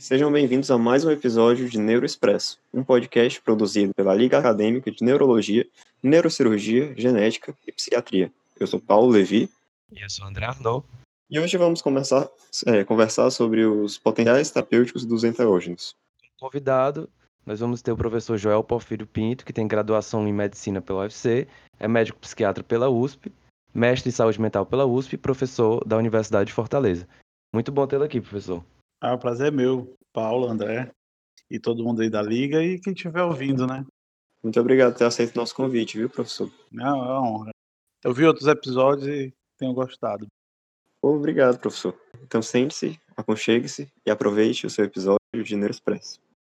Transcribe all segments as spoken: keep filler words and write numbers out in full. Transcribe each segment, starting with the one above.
Sejam bem-vindos a mais um episódio de Neuroexpresso, um podcast produzido pela Liga Acadêmica de Neurologia, Neurocirurgia, Genética e Psiquiatria. Eu sou Paulo Levi. E eu sou André Arnaud. E hoje vamos começar, é, conversar sobre os potenciais terapêuticos dos enteógenos. Convidado, nós vamos ter o professor Joel Porfírio Pinto, que tem graduação em Medicina pela U F C, é médico psiquiatra pela U S P, mestre em Saúde Mental pela U S P e professor da Universidade de Fortaleza. Muito bom tê-lo aqui, professor. Ah, o prazer é meu, Paulo, André e todo mundo aí da Liga e quem estiver ouvindo, né? Muito obrigado por ter aceito o nosso convite, viu, professor? Não, é uma honra. Eu vi outros episódios e tenho gostado. Obrigado, professor. Então sente-se, aconchegue-se e aproveite o seu episódio de Neuroexpresso.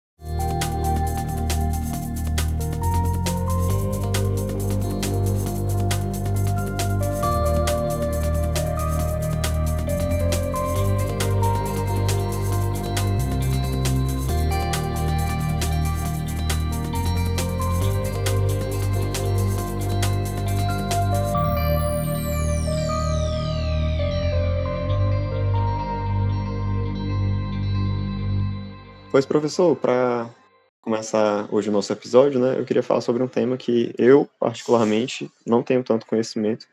Pois, professor, para começar hoje o nosso episódio, né, eu queria falar sobre um tema que eu, particularmente, não tenho tanto conhecimento,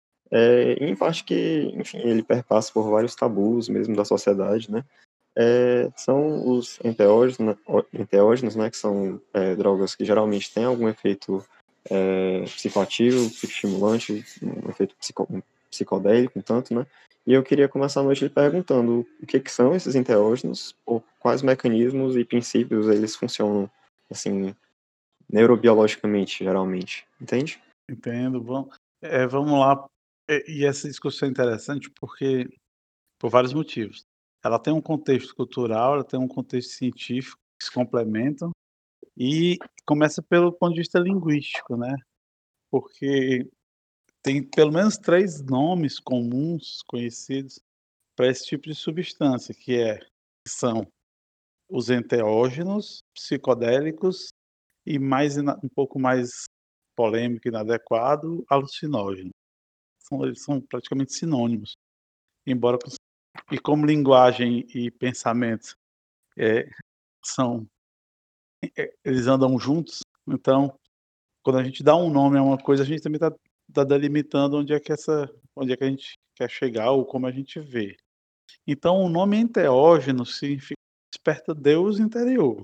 é, em parte que, enfim, ele perpassa por vários tabus mesmo da sociedade, né, é, são os enteógenos, né, enteógenos, né, que são é, drogas que geralmente têm algum efeito é, psicoativo, psicoestimulante, um efeito psico, psicodélico, um tanto, né, e eu queria começar a noite lhe perguntando o que, que são esses enteógenos, ou quais mecanismos e princípios eles funcionam, assim, neurobiologicamente, geralmente. Entende? Entendo. Vamos, é, vamos lá. E, e essa discussão é interessante porque, por vários motivos. Ela tem um contexto cultural, ela tem um contexto científico que se complementam e começa pelo ponto de vista linguístico, né? Porque tem pelo menos três nomes comuns, conhecidos, para esse tipo de substância, que é, que são os enteógenos, psicodélicos e mais um pouco mais polêmico e inadequado, alucinógeno. São, eles são praticamente sinônimos, embora e como linguagem e pensamento é, são é, eles andam juntos. Então, quando a gente dá um nome a uma coisa, a gente também está tá delimitando onde é que essa, onde é que a gente quer chegar ou como a gente vê. Então, o nome enteógeno significa desperta Deus interior.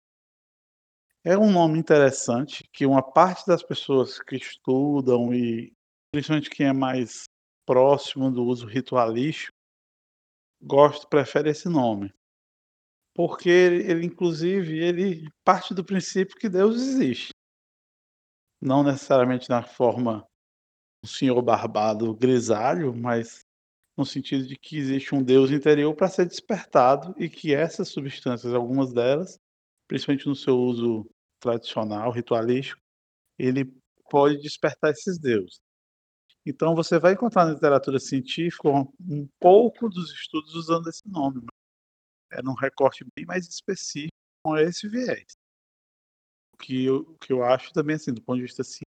É um nome interessante que uma parte das pessoas que estudam e principalmente quem é mais próximo do uso ritualístico gosta, prefere esse nome. Porque ele, ele, inclusive, ele parte do princípio que Deus existe. Não necessariamente na forma do senhor barbado grisalho, mas no sentido de que existe um Deus interior para ser despertado e que essas substâncias, algumas delas, principalmente no seu uso tradicional, ritualístico, ele pode despertar esses deuses. Então você vai encontrar na literatura científica um pouco dos estudos usando esse nome. É num recorte bem mais específico com esse viés. O que eu, o que eu acho também, assim, do ponto de vista científico,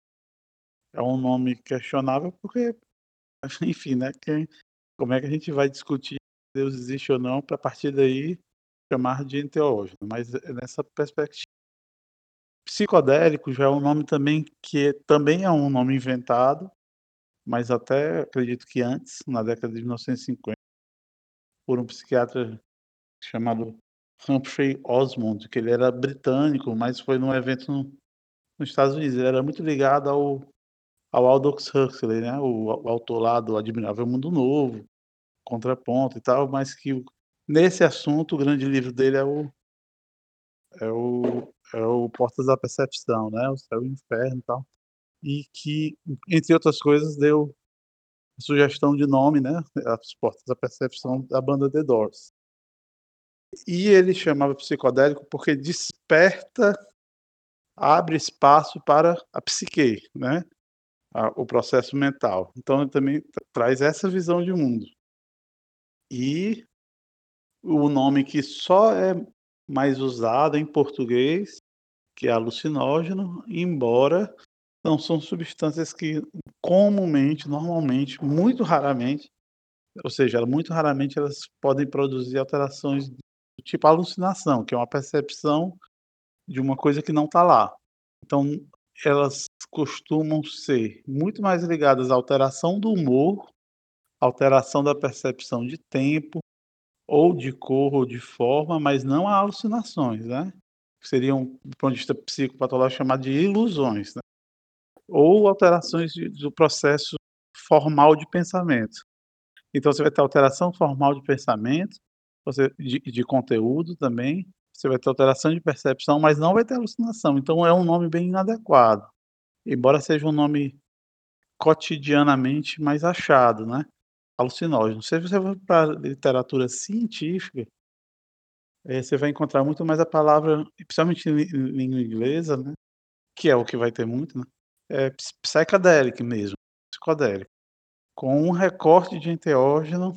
é um nome questionável porque, enfim, né? Quem, como é que a gente vai discutir se Deus existe ou não para a partir daí chamar de enteógeno? Mas nessa perspectiva. Psicodélico já é um nome também que também é um nome inventado, mas até acredito que antes, na década de mil novecentos e cinquenta, por um psiquiatra chamado Humphrey Osmond, que ele era britânico, mas foi num evento no, nos Estados Unidos. Ele era muito ligado ao, ao Aldous Huxley, né? o, o autor lá do Admirável Mundo Novo, Contraponto e tal, mas que nesse assunto o grande livro dele é o é o, é o Portas da Percepção, né? O Céu e o Inferno e tal. E que, entre outras coisas, deu sugestão de nome, né? As Portas da Percepção da banda The Doors. E ele chamava psicodélico porque desperta, abre espaço para a psique, né? O processo mental. Então ele também traz essa visão de mundo. E o nome que só é mais usado em português, que é alucinógeno, embora não são substâncias que comumente, normalmente, muito raramente, ou seja, muito raramente elas podem produzir alterações do tipo alucinação, que é uma percepção de uma coisa que não está lá. Então, elas costumam ser muito mais ligadas à alteração do humor, alteração da percepção de tempo, ou de cor, ou de forma, mas não a alucinações, né. Seriam, do ponto de vista psicopatológico, chamado de ilusões, né. Ou alterações de do processo formal de pensamento. Então você vai ter alteração formal de pensamento, você de de conteúdo também, você vai ter alteração de percepção, mas não vai ter alucinação, então é um nome bem inadequado, embora seja um nome cotidianamente mais achado, né, alucinógeno. Se você for pra literatura científica, eh, você vai encontrar muito mais a palavra, principalmente em lí em língua inglesa, né, que é o que vai ter muito, né, é ps psychedelic mesmo, psicodélico, com um recorte de enteógeno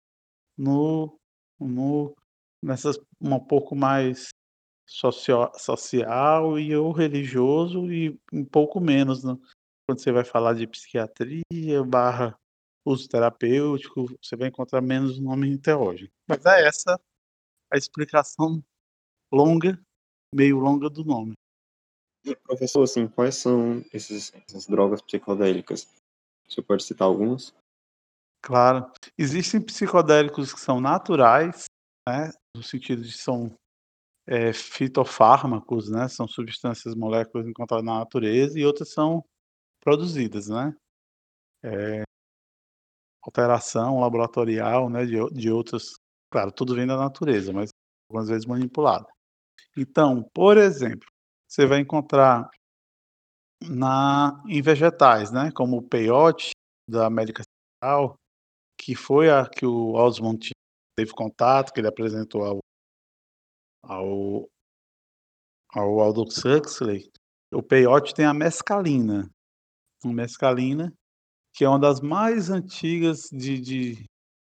no no nessas um pouco mais socio social e ou religioso e um pouco menos no quando você vai falar de psiquiatria barra uso terapêutico, você vai encontrar menos o nome enteógeno. Mas é essa a explicação longa, meio longa do nome. E professor, assim, quais são esses essas drogas psicodélicas? Você pode citar algumas? Claro. Existem psicodélicos que são naturais, né, no sentido de são, eh, fitofármacos, né, são substâncias, moléculas encontradas na natureza e outras são produzidas, né. Eh, alteração laboratorial, né, de ou de outras, claro, tudo vem da natureza, mas algumas vezes manipulado. Então, por exemplo, você vai encontrar na em vegetais, né, como o peiote da América Central, que foi a que o Osmond teve contato, que ele apresentou ao ao ao Aldous Huxley. O peiote tem a mescalina, a mescalina, que é uma das mais antigas de de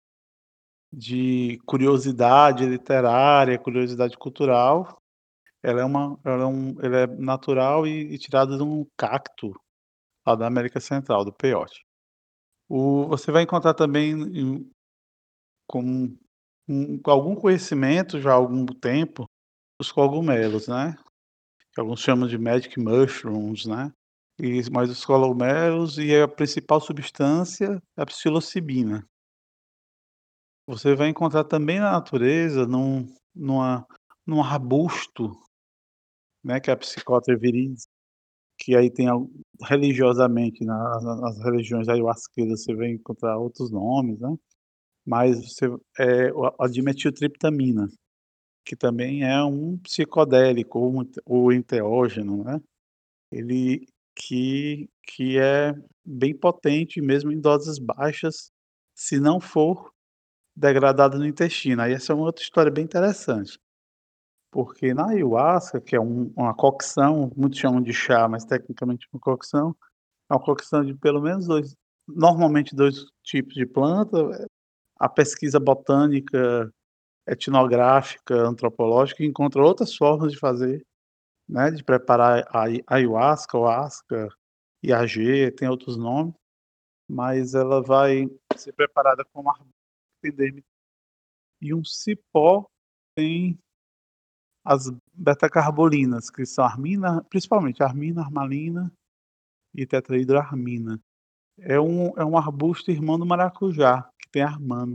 de curiosidade literária, curiosidade cultural. Ela é uma ela é um ela é natural e e tirada de um cacto lá da América Central, do peiote. O você vai encontrar também em com com com algum conhecimento já há algum tempo, os cogumelos, né, que alguns chamam de magic mushrooms, né, e mas os cogumelos e a principal substância é a psilocibina. Você vai encontrar também na natureza, num numa num arbusto, né, que é a Psicotra viridis, que aí tem al religiosamente na na nas religiões ayahuasqueiras você vai encontrar outros nomes, né, mas você eh, o a dimetiltriptamina, que também é um psicodélico ou um ente ou enteógeno, né, ele que que é bem potente mesmo em doses baixas, se não for degradado no intestino. Aí essa é uma outra história bem interessante, porque na ayahuasca, que é um uma cocção, muitos chamam de chá, mas tecnicamente uma cocção, é uma cocção de pelo menos dois, normalmente dois tipos de planta. A pesquisa botânica, etnográfica, antropológica encontra outras formas de fazer, né, de preparar a ai ayahuasca ou asca, iagê, tem outros nomes, mas ela vai ser preparada com arbusto epiderme e um cipó tem as beta-carbolinas, que são armina, principalmente armina, armalina e tetrahidroarmina. É um é um arbusto irmão do maracujá, que tem armano.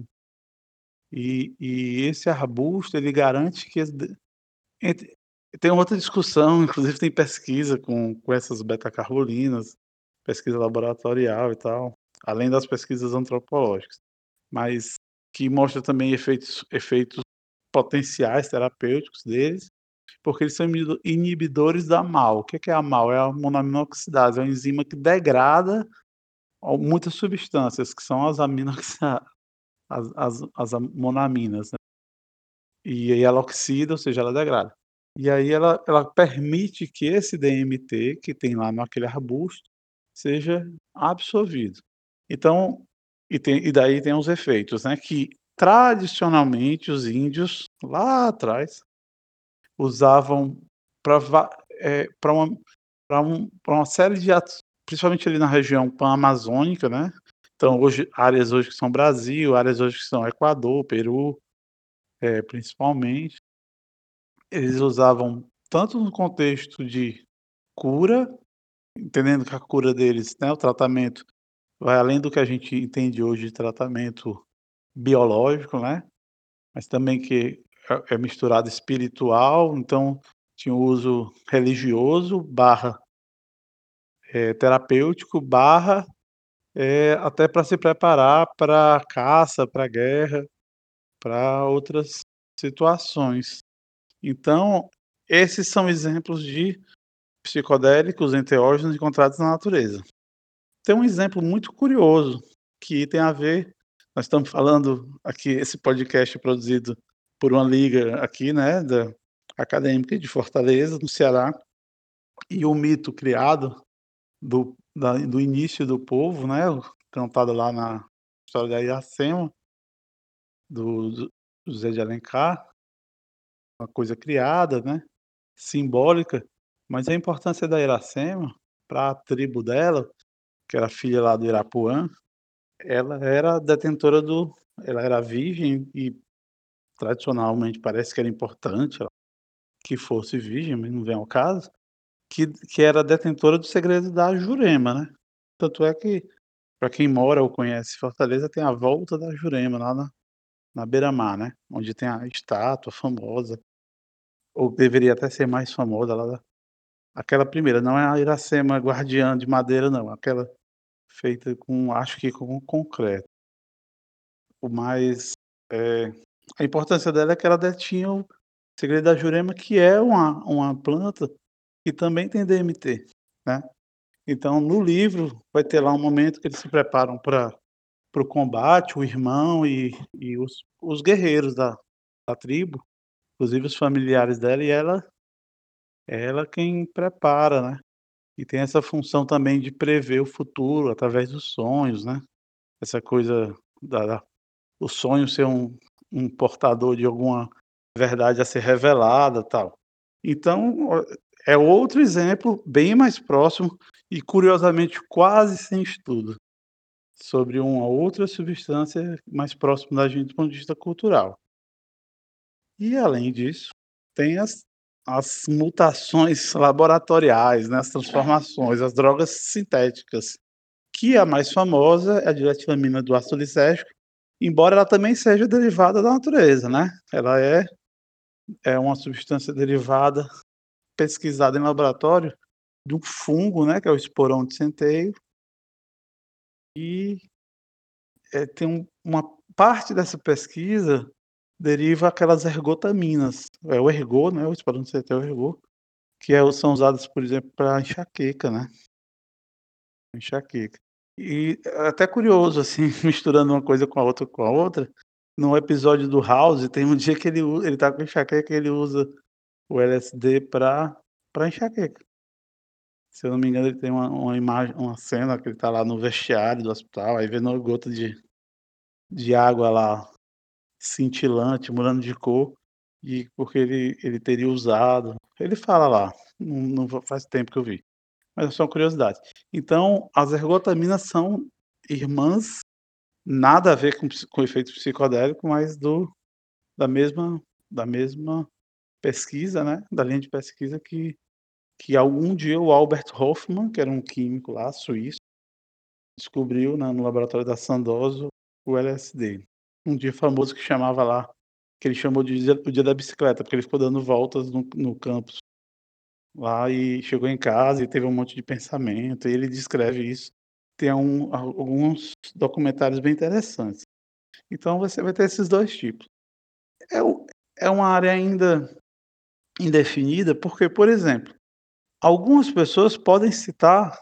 E e esse arbusto, ele garante que as de entre tem outra discussão, inclusive tem pesquisa com com essas beta-carbolinas, pesquisa laboratorial e tal, além das pesquisas antropológicas, mas que mostra também efeitos efeitos potenciais terapêuticos deles, porque eles são inibido inibidores da MAO. O que que é a MAO? É a monoaminoxidase, é uma enzima que degrada al muitas substâncias, que são as aminoxia as as as a monoaminas, né. E aí ela oxida, ou seja, ela degrada. E aí ela ela permite que esse D M T, que tem lá naquele arbusto, seja absorvido. Então e tem e daí tem os efeitos, né, que tradicionalmente os índios, lá atrás, usavam pra va eh, pra uma pra um pra uma série de atos, principalmente ali na região pan-amazônica, né. Então hoje áreas hoje que são Brasil, áreas hoje que são Equador, Peru, eh, principalmente. eles usavam tanto no contexto de cura, entendendo que a cura deles, né, o tratamento vai além do que a gente entende hoje de tratamento biológico, né, mas também que é é misturado espiritual, então tinha o uso religioso barra, eh, terapêutico, barra, eh, até para se preparar pra caça, pra guerra, para outras situações. Então, esses são exemplos de psicodélicos, enteógenos encontrados na natureza. Tem um exemplo muito curioso, que tem a ver nós estamos falando aqui, esse podcast é produzido por uma liga aqui, né, da acadêmica de Fortaleza, no Ceará, e o mito criado do da do início do povo, né, cantado lá na história da Iracema, do do José de Alencar, uma coisa criada, né, simbólica, mas a importância da Iracema para a tribo dela, que era filha lá do Irapuã, ela era detentora do ela era virgem e tradicionalmente parece que era importante ela que fosse virgem, mas não vem ao caso, que que era detentora do segredo da Jurema, né. Tanto é que, para quem mora ou conhece Fortaleza, tem a volta da Jurema lá na na beira-mar, né, onde tem a estátua famosa, ou deveria até ser mais famosa lá da aquela primeira, não é a Iracema guardiã de madeira não, aquela feita com acho que com concreto. O mais, eh, a importância dela é que ela detinha o segredo da Jurema, que é uma uma planta que também tem D M T, né. Então no livro vai ter lá um momento que eles se preparam pra para o combate, o irmão e e os os guerreiros da da tribo, inclusive os familiares dela, e ela ela quem prepara, né. E tem essa função também de prever o futuro através dos sonhos, né. Essa coisa da da o sonho ser um um portador de alguma verdade a ser revelada, tal. Então, o é outro exemplo bem mais próximo e curiosamente quase sem estudo, sobre uma outra substância mais próximo da gente do ponto de vista cultural. E além disso, tem as as mutações laboratoriais, né, as transformações, as drogas sintéticas, que a mais famosa é a dietilamina do ácido lisérgico, embora ela também seja derivada da natureza, né. Ela é é uma substância derivada, pesquisada em laboratório, de um fungo, né, que é o esporão de centeio. E, eh, tem um uma parte dessa pesquisa deriva aquelas ergotaminas, é o ergot, né, o esporão de centeio é o ergot, que é são usadas, por exemplo, pra enxaqueca, né. Enxaqueca. E é até curioso, assim, misturando uma coisa com a outra, com a outra, num episódio do House tem um dia que ele u ele tá com enxaqueca e ele usa o L S D pra pra enxaqueca. Se eu não me engano ele tem uma uma imagem uma cena que ele tá lá no vestiário do hospital, aí vendo uma gota de de água lá, cintilante, mudando de cor, e porque ele ele teria usado ele fala lá, não não va faz tempo que eu vi, mas é só uma curiosidade. Então, as ergotaminas são irmãs, nada a ver com psi com efeito psicodélico, mas do da mesma da mesma pesquisa, né, da linha de pesquisa que que algum dia o Albert Hofmann, que era um químico lá suíço, descobriu na no laboratório da Sandoz o L S D. Um dia famoso que chamava lá, que ele chamou de dia o dia da bicicleta, porque ele ficou dando voltas no no campus lá e chegou em casa e teve um monte de pensamento, e ele descreve isso. Tem um a alguns documentários bem interessantes. Então você vai ter esses dois tipos. É o é uma área ainda indefinida, porque, por exemplo, algumas pessoas podem citar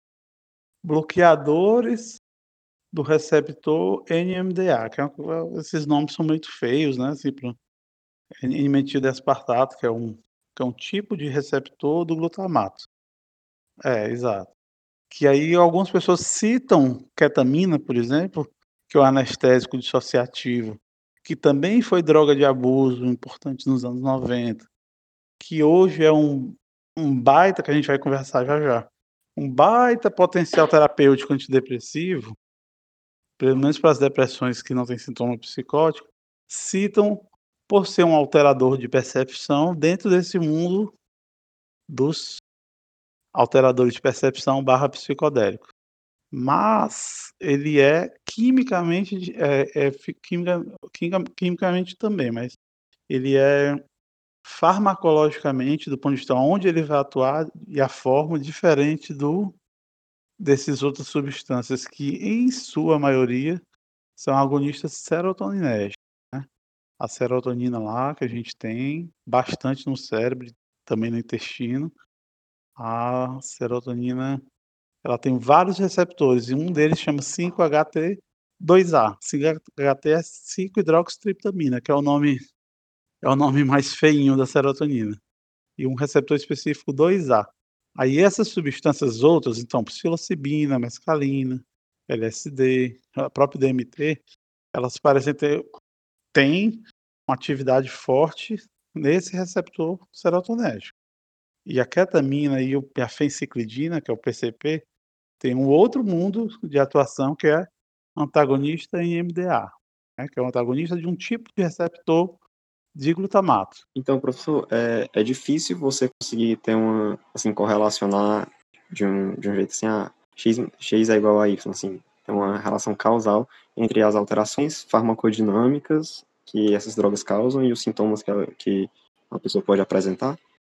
bloqueadores do receptor N M D A, que é uma esses nomes são muito feios, né, assim, pra N-metildeaspartato, que é um que é um tipo de receptor do glutamato. É, exato. Que aí algumas pessoas citam ketamina, por exemplo, que é o anestésico dissociativo, que também foi droga de abuso importante nos anos noventa, que hoje é um um baita que a gente vai conversar já já, um baita potencial terapêutico antidepressivo, pelo menos para as depressões que não têm sintoma psicótico, citam por ser um alterador de percepção dentro desse mundo dos alteradores de percepção barra psicodélico. Mas ele é quimicamente di é é fi química quimica quimicamente também, mas ele é farmacologicamente, do ponto de vista onde ele vai atuar e a forma diferente do desses outras substâncias que, em sua maioria, são agonistas serotoninérgicos, né. A serotonina lá que a gente tem bastante no cérebro e também no intestino, a serotonina, ela tem vários receptores e um deles chama cinco H T dois A. cinco H T é cinco hidroxitriptamina, que é o nome é o nome mais feinho da serotonina. E um receptor específico dois A. Aí essas substâncias outras, então, psilocibina, mescalina, L S D, a própria D M T, elas parecem ter têm uma atividade forte nesse receptor serotonérgico. E a ketamina e o e a fenciclidina, que é o P C P, tem um outro mundo de atuação que é antagonista em M D A, né, que é um antagonista de um tipo de receptor de glutamato. Então, professor, é é difícil você conseguir ter uma assim, correlacionar de um de um jeito assim, ah, X X é igual a Y, assim, tem uma relação causal entre as alterações farmacodinâmicas que essas drogas causam e os sintomas que ela que a pessoa pode apresentar?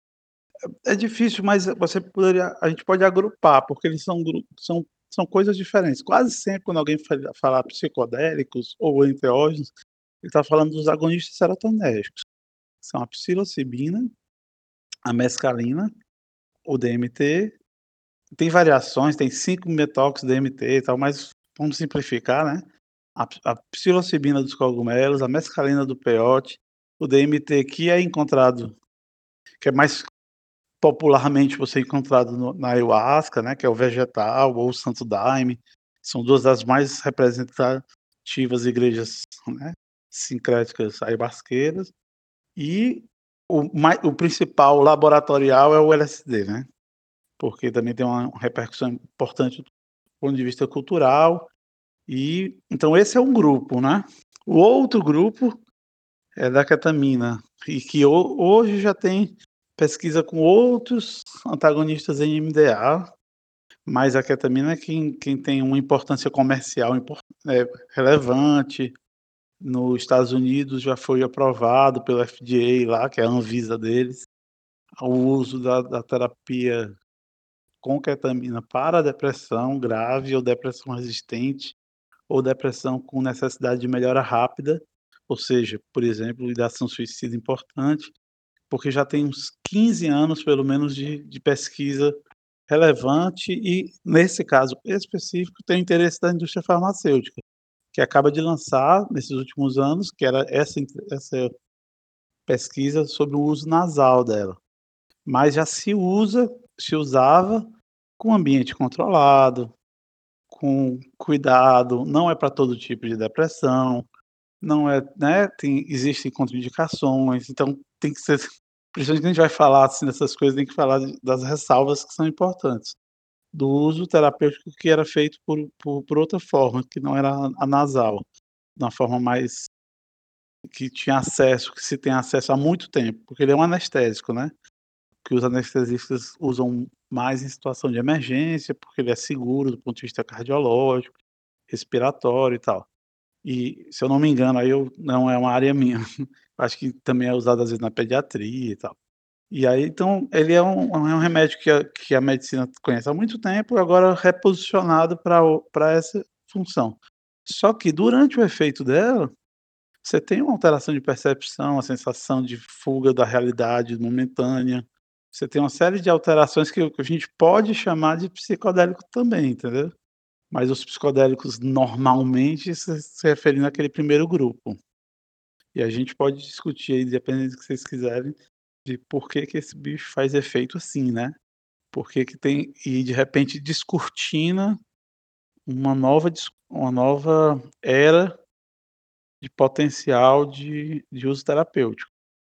É difícil, mas você poderia a gente pode agrupar, porque eles são gru são são coisas diferentes. Quase sempre quando alguém fala falar psicodélicos ou enteógenos, ele está falando dos agonistas serotonérgicos. São a psilocibina, a mescalina, o D M T, tem variações, tem cinco metóxido D M T e tal, mas vamos simplificar, né. A pi a psilocibina dos cogumelos, a mescalina do peiote, o D M T que é encontrado que é mais popularmente você é encontrado no na ayahuasca, né, que é o vegetal ou o santo daime, são duas das mais representativas igrejas, né, sincréticas ayahuasqueiras, e o mai o principal laboratorial é o L S D, né, porque também tem uma repercussão importante do ponto de vista cultural, e então esse é um grupo, né. O outro grupo é da ketamina, e que ho hoje já tem pesquisa com outros antagonistas em M D A, mas a ketamina é quem quem tem uma importância comercial impor eh, relevante. Nos Estados Unidos já foi aprovado pelo F D A lá, que é a Anvisa deles, o uso da da terapia com ketamina para depressão grave ou depressão resistente, ou depressão com necessidade de melhora rápida, ou seja, por exemplo, ideação suicida importante, porque já tem uns quinze anos pelo menos de de pesquisa relevante e, nesse caso específico, tem o interesse da indústria farmacêutica, que acaba de lançar nesses últimos anos, que era essa in essa pesquisa sobre o uso nasal dela. Mas já se usa se usava com ambiente controlado, com cuidado, não é para todo tipo de depressão, não é, né, tem existem contraindicações, então tem que ser principalmente quando a gente vai falar, assim, dessas coisas, tem que falar de das ressalvas que são importantes, do uso terapêutico que era feito por por por outra forma, que não era a a nasal, de uma forma mais que tinha acesso, que se tem acesso há muito tempo, porque ele é um anestésico, né, que os anestesistas usam mais em situação de emergência, porque ele é seguro do ponto de vista cardiológico, respiratório e tal. E, se eu não me engano, aí eu não é uma área minha, acho que também é usado às vezes na pediatria e tal. E aí então, ele é um é um remédio que a que a medicina conhece há muito tempo, agora reposicionado para o para essa função. Só que durante o efeito dela, você tem uma alteração de percepção, a sensação de fuga da realidade momentânea, você tem uma série de alterações que que a gente pode chamar de psicodélico também, entendeu? Mas os psicodélicos normalmente se se referindo àquele primeiro grupo. E a gente pode discutir aí, dependendo do que vocês quiserem, de por que que esse bicho faz efeito assim, né. Por que que tem e de repente descortina uma nova dis uma nova era de potencial de de uso terapêutico.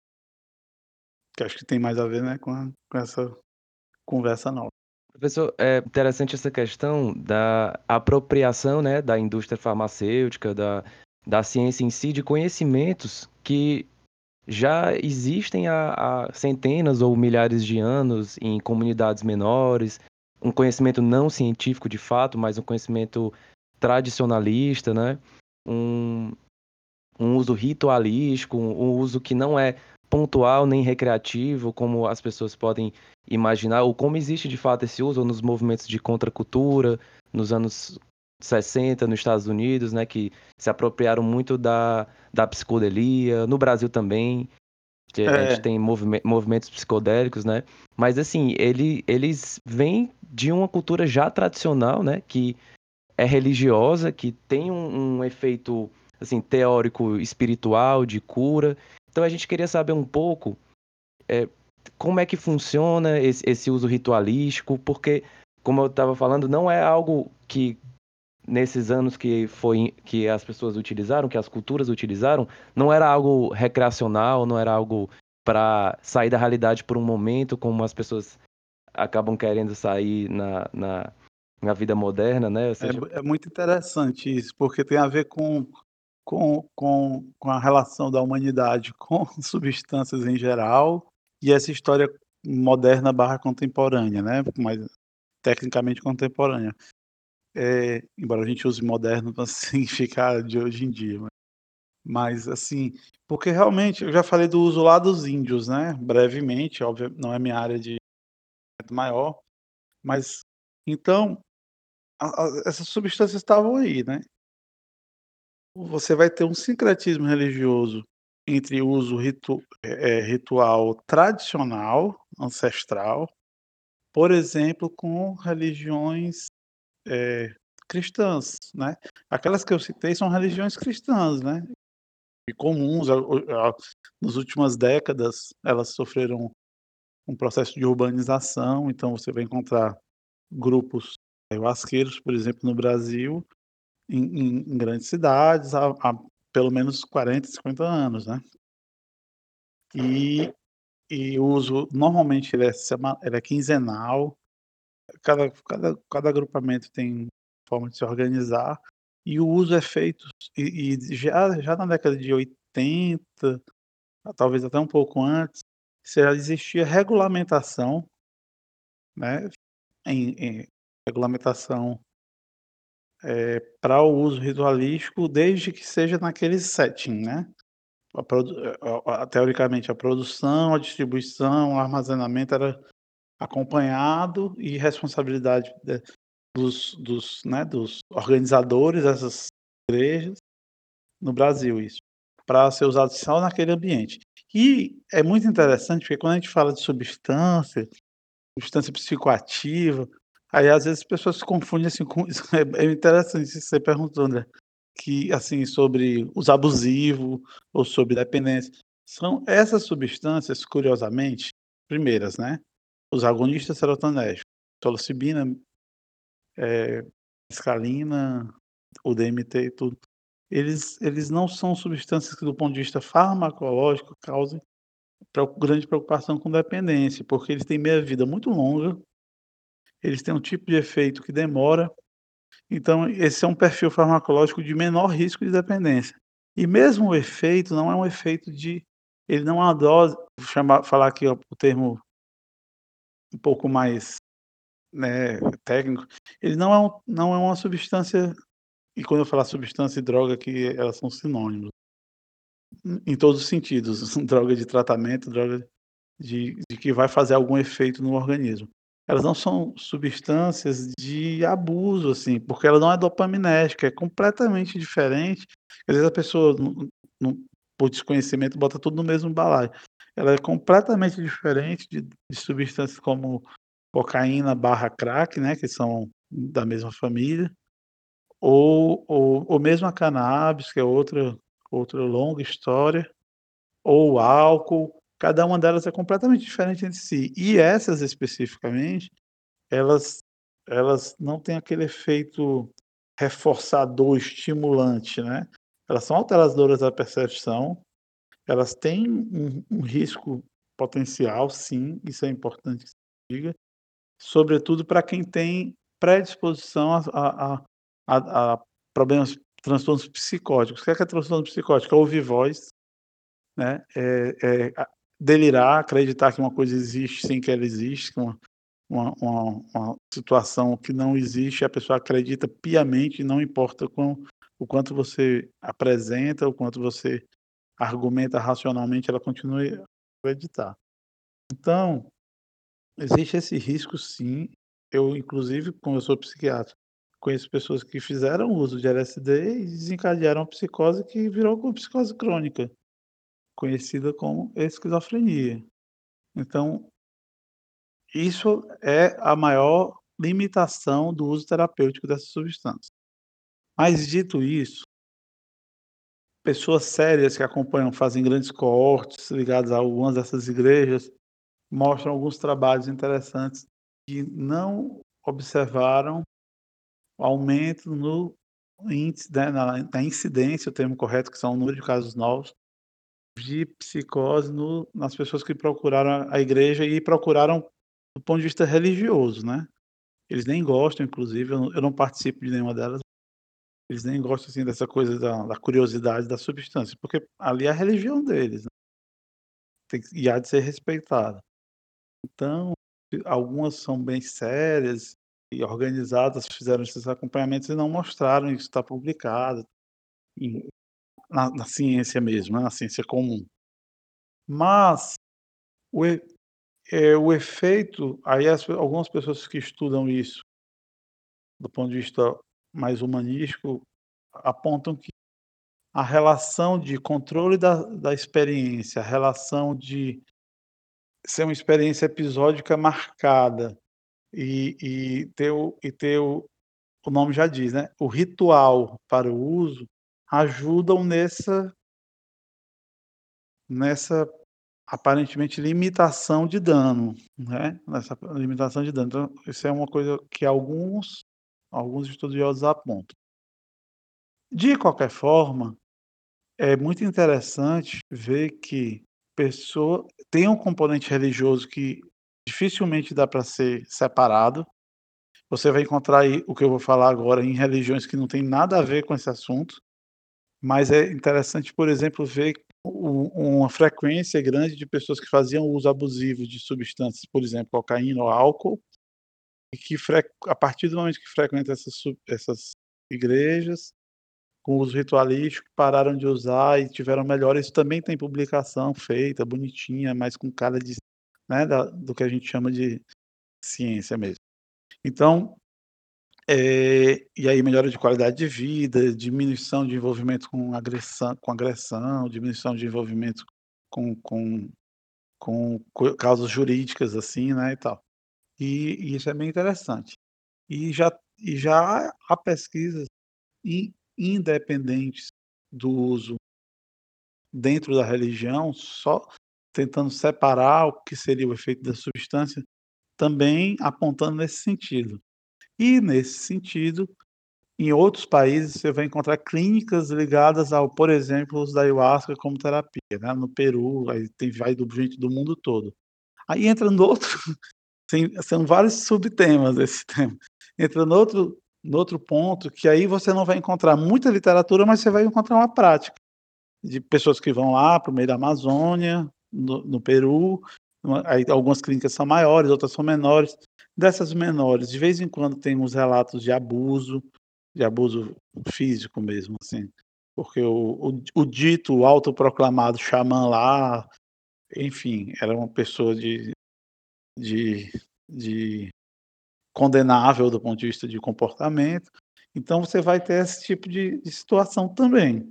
Que acho que tem mais a ver, né, com a com essa conversa nova. Professor, é interessante essa questão da apropriação, né, da indústria farmacêutica, da da ciência em si, de conhecimentos que já existem há, há centenas ou milhares de anos em comunidades menores, um conhecimento não científico de fato, mas um conhecimento tradicionalista, né? Um, um uso ritualístico, um um uso que não é pontual nem recreativo, como as pessoas podem imaginar, ou como existe de fato esse uso nos movimentos de contracultura, nos anos sessenta nos Estados Unidos, né, que se apropriaram muito da, da psicodelia, no Brasil também, que a gente É, tem movime- movimentos psicodélicos, né, mas assim, ele, eles vêm de uma cultura já tradicional, né, que é religiosa, que tem um, um efeito assim teórico espiritual de cura. Então a gente queria saber um pouco é, como é que funciona esse, esse uso ritualístico, porque como eu estava falando, não é algo que nesses anos que foi que as pessoas utilizaram, que as culturas utilizaram, não era algo recreacional, não era algo para sair da realidade por um momento, como as pessoas acabam querendo sair na, na, na vida moderna, né? Ou é, seja, é muito interessante isso, porque tem a ver com, com, com, com a relação da humanidade com substâncias em geral e essa história moderna barra contemporânea, né? Mais tecnicamente contemporânea. É, embora a gente use moderno para significar de hoje em dia, mas, mas assim, porque realmente eu já falei do uso lá dos índios, né? Brevemente, óbvio, não é minha área de maior, mas então a- a- essas substâncias estavam aí, né? Você vai ter um sincretismo religioso entre o uso ritu eh eh, ritual tradicional, ancestral, por exemplo, com religiões, eh, cristãs, né. Aquelas que eu citei são religiões cristãs, né, e comuns, a o a nas últimas décadas, elas sofreram um processo de urbanização, então você vai encontrar grupos ayahuasqueiros, por exemplo, no Brasil, em em em grandes cidades há há pelo menos quarenta, cinquenta anos, né. E e o uso normalmente ele é sema ele é quinzenal, cada cada cada agrupamento tem forma de se organizar, e o uso é feito e e já já na década de oitenta, talvez até um pouco antes, já existia regulamentação, né, em em regulamentação para o uso ritualístico, desde que seja naquele setting, né. A produ a a teoricamente, a produção, a distribuição, o armazenamento era acompanhado e responsabilidade de dos dos, né, dos organizadores dessas igrejas, no Brasil isso, para ser usado só naquele ambiente. E é muito interessante, porque quando a gente fala de substância, substância psicoativa, aí às vezes as pessoas se confundem, assim, com isso é é interessante isso que você perguntou, André, que, assim, sobre uso abusivo ou sobre dependência. São essas substâncias, curiosamente, primeiras, né, os agonistas serotonérgicos, psilocibina, eh, mescalina, o D M T e tudo, eles eles não são substâncias que do ponto de vista farmacológico causem preo grande preocupação com dependência, porque eles têm meia-vida muito longa, eles têm um tipo de efeito que demora, então esse é um perfil farmacológico de menor risco de dependência. E mesmo o efeito não é um efeito de ele não é uma dose, vou chamar falar aqui ó, o termo um pouco mais, né, técnico, ele não é um não é uma substância, e quando eu falar substância e droga aqui elas são sinônimos, em em todos os sentidos, droga de tratamento, droga de de que vai fazer algum efeito no organismo. Elas não são substâncias de abuso, assim, porque ela não é dopaminérgica, é completamente diferente. Às vezes a pessoa não não por desconhecimento bota tudo no mesmo balaio. Ela é completamente diferente de de substâncias como cocaína barra crack, né, que são da mesma família, ou ou ou mesmo a cannabis, que é outra outra longa história, ou o álcool, cada uma delas é completamente diferente entre si. E essas especificamente, elas elas não têm aquele efeito reforçador, estimulante, né. Elas são alteradoras da percepção, elas têm um um risco potencial sim, isso é importante que se diga, sobretudo para quem tem predisposição a a a a a problemas transtornos psicóticos. O que é que é transtorno psicótico? É ouvir voz, né? É, é, delirar, acreditar que uma coisa existe sem que ela exista, uma, uma, uma, uma situação que não existe, a pessoa acredita piamente, não importa o, quão, o quanto você apresenta, o quanto você argumenta racionalmente, ela continua a acreditar. Então, existe esse risco, sim. Eu, inclusive, como eu sou psiquiatra, conheço pessoas que fizeram uso de L S D e desencadearam a psicose que virou como psicose crônica, conhecida como esquizofrenia. Então, isso é a maior limitação do uso terapêutico dessa substância. Mas, dito isso, pessoas sérias que acompanham, fazem grandes coortes ligados a algumas dessas igrejas, mostram alguns trabalhos interessantes que não observaram aumento no índice, né, na, na incidência, o termo correto, que são o número de casos novos, de psicose no, nas pessoas que procuraram a igreja e procuraram do ponto de vista religioso, né? Eles nem gostam, inclusive, eu não, eu não participo de nenhuma delas, eles nem gostam assim dessa coisa da, da curiosidade da substância, porque ali é a religião deles, né? Tem, que- e há de ser respeitada. Então, algumas são bem sérias e organizadas, fizeram esses acompanhamentos e não mostraram, isso está publicado em- na, na ciência mesmo, né, na ciência comum. Mas o, e- é, o efeito, aí as, algumas pessoas que estudam isso do ponto de vista mais humanístico apontam que a relação de controle da, da experiência, a relação de ser uma experiência episódica marcada e, e ter, o, e ter o, o nome já diz, né? O ritual para o uso ajudam nessa, nessa aparentemente limitação de dano, né? Nessa limitação de dano. Então, isso é uma coisa que alguns, alguns estudiosos apontam. De qualquer forma, é muito interessante ver que pessoa tem um componente religioso que dificilmente dá para ser separado. Você vai encontrar aí o que eu vou falar agora em religiões que não tem nada a ver com esse assunto, mas é interessante, por exemplo, ver u uma frequência grande de pessoas que faziam uso abusivo de substâncias, por exemplo, cocaína ou álcool, e que fre a partir do momento que frequentam essas sub essas igrejas, com uso ritualístico, pararam de usar e tiveram melhora. Isso também tem publicação feita, bonitinha, mas com cara de, né, da do que a gente chama de ciência mesmo. Então, Eh, e aí melhora de qualidade de vida, diminuição de envolvimento com agressão com agressão, diminuição de envolvimento com com com co causas jurídicas, assim, né, e tal. E e isso é bem interessante. E já e já há pesquisas in independentes do uso dentro da religião, só tentando separar o que seria o efeito da substância, também apontando nesse sentido. E nesse sentido, em outros países, você vai encontrar clínicas ligadas ao, por exemplo, uso da ayahuasca como terapia, né, no Peru, aí tem vai do gente do mundo todo. Aí entra no outro tem são vários subtemas esse tema. Entra no outro no outro ponto, que aí você não vai encontrar muita literatura, mas você vai encontrar uma prática, de pessoas que vão lá para o meio da Amazônia, no no Peru, uma aí algumas clínicas são maiores, outras são menores. Dessas menores, de vez em quando tem uns relatos de abuso, de abuso físico mesmo, assim, porque o o o dito, o autoproclamado xamã lá, enfim, era uma pessoa de de de condenável do ponto de vista de comportamento, então você vai ter esse tipo de de situação também.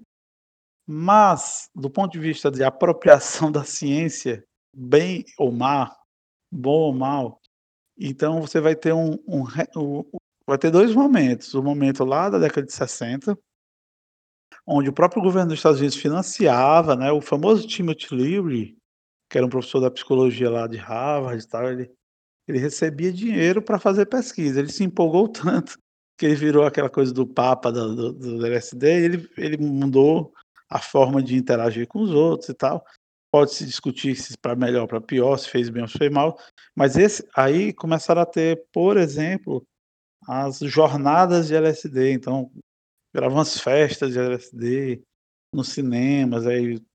Mas, do ponto de vista de apropriação da ciência, bem ou má, bom ou mal, então você vai ter um um re o o vai ter dois momentos, o momento lá da década de sessenta, onde o próprio governo dos Estados Unidos financiava, né, o famoso Timothy Leary, que era um professor da psicologia lá de Harvard e tal, ele ele recebia dinheiro para fazer pesquisa, ele se empolgou tanto, que ele virou aquela coisa do papa da do do L S D, e ele ele mudou a forma de interagir com os outros e tal. Pode-se discutir se para melhor ou para pior, se fez bem ou se fez mal, mas esse aí começaram a ter, por exemplo, as jornadas de L S D, então viravam umas festas de L S D nos cinemas, aí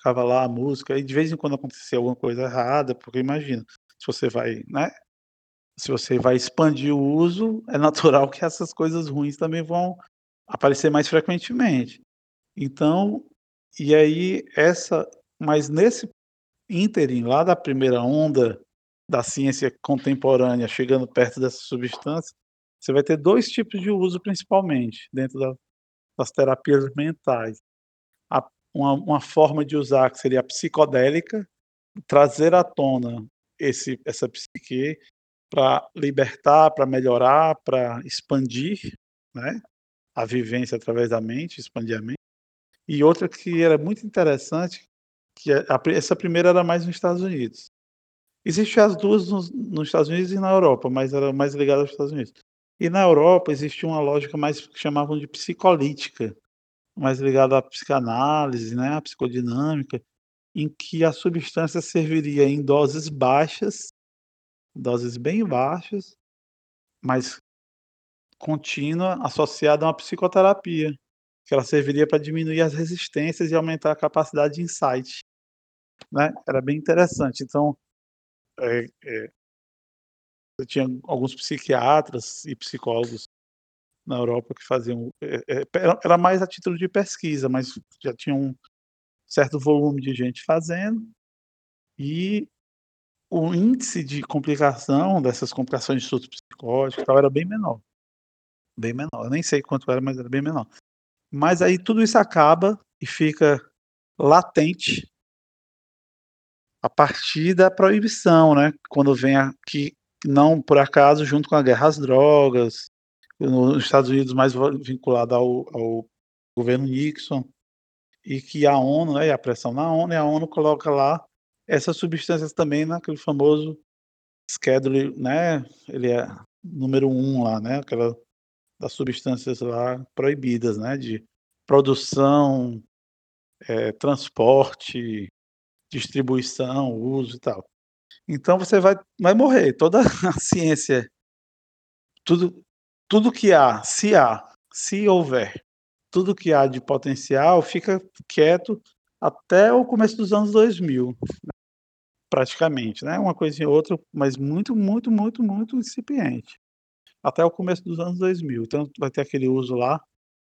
ficava lá a música, e de vez em quando acontecia alguma coisa errada, porque imagina, se você vai, né, se você vai expandir o uso, é natural que essas coisas ruins também vão aparecer mais frequentemente. Então, e aí essa mas nesse ínterim, lá da primeira onda da ciência contemporânea, chegando perto dessa substância, você vai ter dois tipos de uso principalmente, dentro da das terapias mentais. A uma uma forma de usar que seria a psicodélica, trazer à tona esse essa psique para libertar, para melhorar, para expandir, né, a vivência através da mente, expandir a mente. E outra que era muito interessante, que é a pri essa primeira era mais nos Estados Unidos. Existem as duas nos nos Estados Unidos e na Europa, mas era mais ligada aos Estados Unidos. E na Europa existia uma lógica mais que chamavam de psicolítica, mais ligada à psicanálise, né, à psicodinâmica, em que a substância serviria em doses baixas, doses bem baixas, mas contínua, associada a uma psicoterapia, que ela serviria para diminuir as resistências e aumentar a capacidade de insight, né, era bem interessante. Então, eh eh, eu tinha alguns psiquiatras e psicólogos na Europa que faziam, eh eh, era era mais a título de pesquisa, mas já tinha um certo volume de gente fazendo, e o índice de complicação dessas complicações de surto psicótico e tal era bem menor, bem menor. Eu nem sei quanto era, mas era bem menor. Mas aí tudo isso acaba e fica latente a partir da proibição, né, quando vem aqui, não por acaso junto com a guerra às drogas, nos Estados Unidos mais vinculado ao ao governo Nixon, e que a ONU, né, e a pressão na ONU, e a ONU coloca lá essas substâncias também naquele famoso schedule, né, ele é número um lá, né, aquela das substâncias lá proibidas, né, de produção, eh, transporte, distribuição, uso e tal. Então você vai vai morrer, toda a ciência, tudo tudo que há, se há, se houver, tudo que há de potencial fica quieto até o começo dos anos dois mil, praticamente, né, uma coisinha ou outra, mas muito, muito, muito, muito incipiente, até o começo dos anos dois mil. Então vai ter aquele uso lá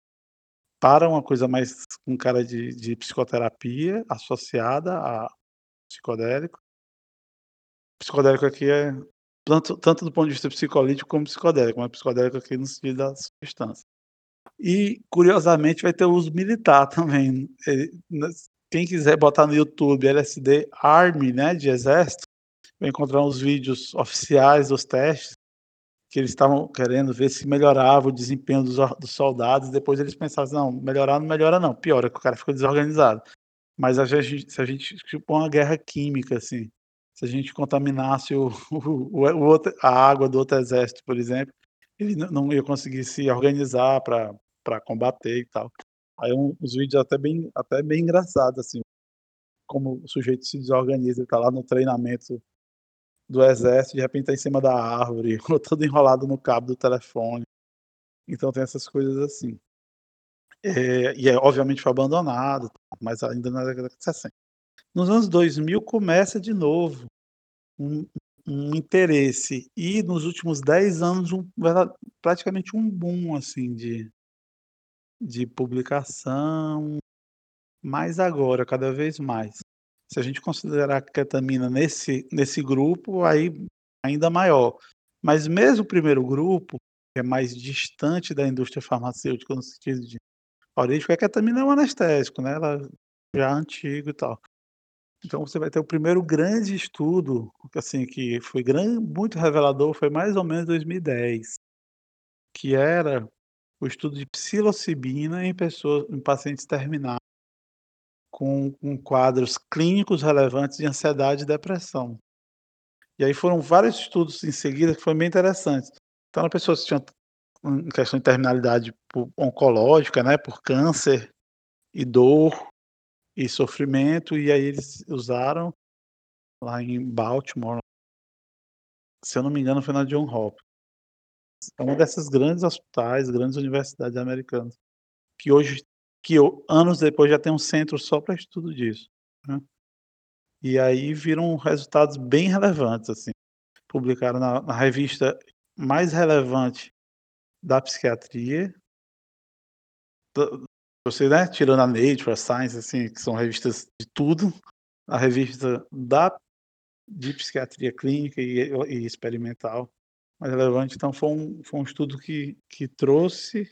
para uma coisa mais com cara de de psicoterapia associada a psicodélico. Psicodélico aqui é tanto tanto do ponto de vista psicolítico como psicodélico, mas psicodélico aqui no sentido da substância. E, curiosamente, vai ter o uso militar também, eh, nas quem quiser botar no YouTube L S D Army, né, de exército, vai encontrar uns vídeos oficiais dos testes, que eles estavam querendo ver se melhorava o desempenho dos or dos soldados, depois eles pensaram assim: "Não, melhorar não melhora não, piora, que o cara fica desorganizado". Mas a gente se a gente tipo uma guerra química, assim, se a gente contaminasse o o o outro a água do outro exército, por exemplo, ele não não ia conseguir se organizar para para combater e tal. Aí um uns vídeos até bem até bem engraçados, assim, como o sujeito se desorganiza, ele tá lá no treinamento do exército, de repente tá em cima da árvore, ou todo enrolado no cabo do telefone. Então tem essas coisas assim. Eh, e é obviamente foi abandonado, mas ainda na década de sessenta. Nos anos dois mil começa de novo um um interesse, e nos últimos dez anos um verda praticamente um boom, assim, de de publicação, mas agora cada vez mais. Se a gente considerar a ketamina nesse nesse grupo, aí ainda maior. Mas mesmo o primeiro grupo, que é mais distante da indústria farmacêutica no sentido de origem, porque a ketamina é um anestésico, né, ela já é antigo e tal. Então você vai ter o primeiro grande estudo, assim, que foi gran muito revelador, foi mais ou menos dois mil e dez, que era o estudo de psilocibina em pessoas em pacientes terminais com com quadros clínicos relevantes de ansiedade e depressão. E aí foram vários estudos em seguida que foram bem interessantes. Então eram pessoas que tinham em questão de terminalidade por oncológica, né, por câncer e dor e sofrimento, e aí eles usaram lá em Baltimore, se eu não me engano foi na John Hopkins. É uma dessas grandes hospitais, grandes universidades americanas, que hoje que o anos depois já tem um centro só para estudo disso. né. E aí viram resultados bem relevantes, assim. Publicaram na na revista mais relevante da psiquiatria. Do você, né, tirando a Nature, a Science, assim, que são revistas de tudo, a revista da de psiquiatria clínica e e experimental mais relevante, então foi um foi um estudo que que trouxe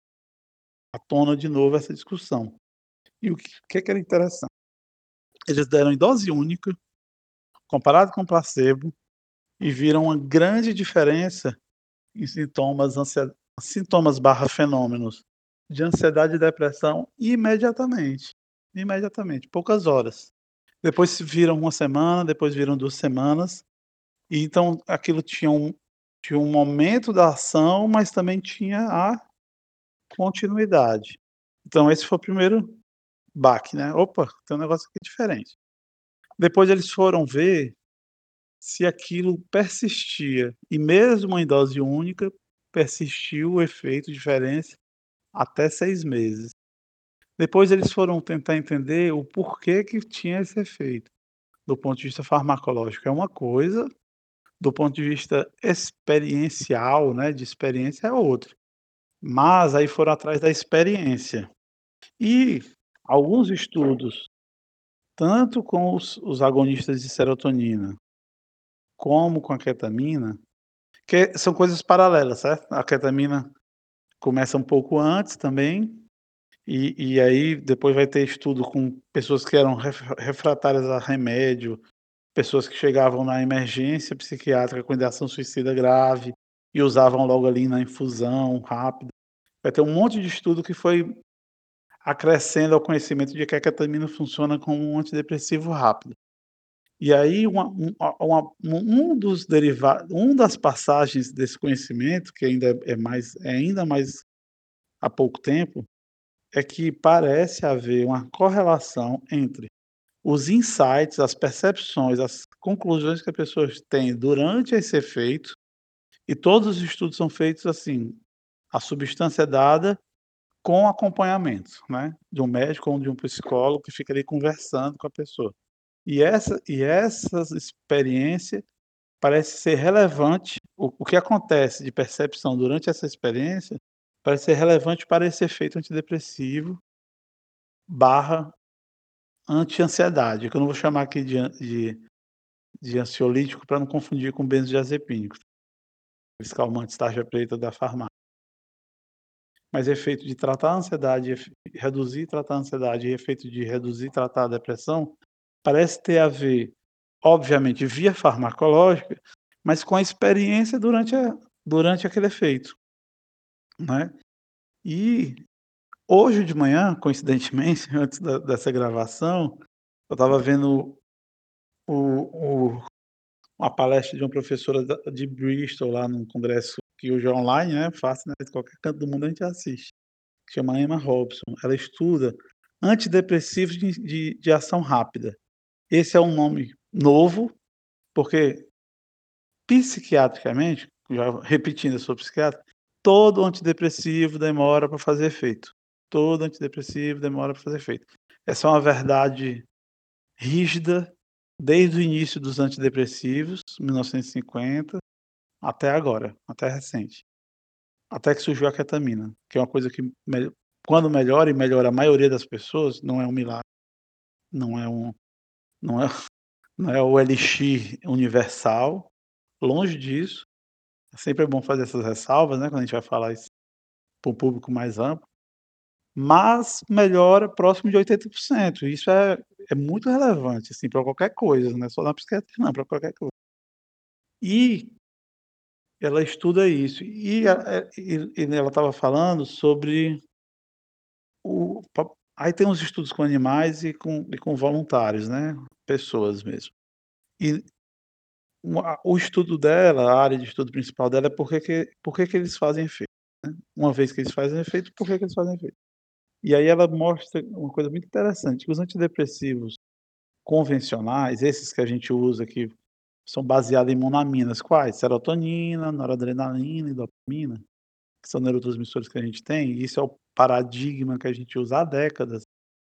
à tona de novo essa discussão. E o que que que era interessante, eles deram em dose única, comparado com placebo, e viram uma grande diferença em sintomas ansie sintomas barra fenômenos de ansiedade e depressão imediatamente, imediatamente, poucas horas. Depois se viram uma semana, depois viram duas semanas, e então aquilo tinha um tinha um momento da ação, mas também tinha a continuidade. Então esse foi o primeiro baque, né, "Opa, tem um negócio aqui diferente". Depois eles foram ver se aquilo persistia, e mesmo em dose única, persistiu o efeito diferente até seis meses. Depois eles foram tentar entender o porquê que tinha esse efeito, do ponto de vista farmacológico é uma coisa, do ponto de vista experiencial, né, de experiência é outra. Mas aí foram atrás da experiência. E alguns estudos, tanto com os os agonistas de serotonina, como com a ketamina, que são coisas paralelas, certo? A ketamina começa um pouco antes também, e e aí depois vai ter estudo com pessoas que eram ref refratárias a remédio, pessoas que chegavam na emergência psiquiátrica com ideação suicida grave, e usavam logo ali na infusão rápida. Vai ter um monte de estudo que foi acrescendo ao conhecimento de que a ketamina funciona como um antidepressivo rápido. E aí uma um a uma um um dos deriva um das passagens desse conhecimento, que ainda é mais é ainda mais há pouco tempo, é que parece haver uma correlação entre os insights, as percepções, as conclusões que as pessoas têm durante esse efeito, e todos os estudos são feitos assim, a substância é dada com acompanhamento, né, de um médico ou de um psicólogo que fica ali conversando com a pessoa. E essa e essas experiência parece ser relevante, o o que acontece de percepção durante essa experiência, parece ser relevante para esse efeito antidepressivo barra anti-ansiedade, que eu não vou chamar aqui de an de de ansiolítico para não confundir com benzodiazepínicos, aqueles calmantes tarja preta da farmácia. Mas efeito de tratar a ansiedade, efe reduzir e tratar a ansiedade e efeito de reduzir e tratar a depressão, parece ter a ver, obviamente via farmacológica, mas com a experiência durante a durante aquele efeito, né. E hoje de manhã, coincidentemente, antes da dessa gravação, eu estava vendo o o uma palestra de uma professora da de Bristol lá num congresso que hoje é online, né, fácil, né, de qualquer canto do mundo a gente assiste, que chama Emma Robson. Ela estuda antidepressivos de de de ação rápida. Esse é um nome novo, porque psiquiatricamente, já repetindo, eu sou psiquiatra, todo antidepressivo demora para fazer efeito. Todo antidepressivo demora para fazer efeito. Essa é uma verdade rígida desde o início dos antidepressivos, mil novecentos e cinquenta, até agora, até recente. Até que surgiu a ketamina, que é uma coisa que me quando melhora e melhora a maioria das pessoas, não é um milagre, não é um não é não é o elixir universal, longe disso. Sempre é bom fazer essas ressalvas, né, quando a gente vai falar isso para um público mais amplo, mas melhora próximo de oitenta por cento. Isso é é muito relevante, assim, para qualquer coisa, não é só na psiquiatria não, para qualquer coisa. E ela estuda isso, e a eh, e e ela estava falando sobre o pa aí tem uns estudos com animais e com e com voluntários, né, pessoas mesmo. E o a o estudo dela, a área de estudo principal dela é por que que por que que eles fazem efeito, né. Uma vez que eles fazem efeito, por que que eles fazem efeito? E aí ela mostra uma coisa muito interessante, que os antidepressivos convencionais, esses que a gente usa que são baseados em monaminas, quais? Serotonina, noradrenalina e dopamina, que são neurotransmissores que a gente tem, e isso é o paradigma que a gente usa há décadas.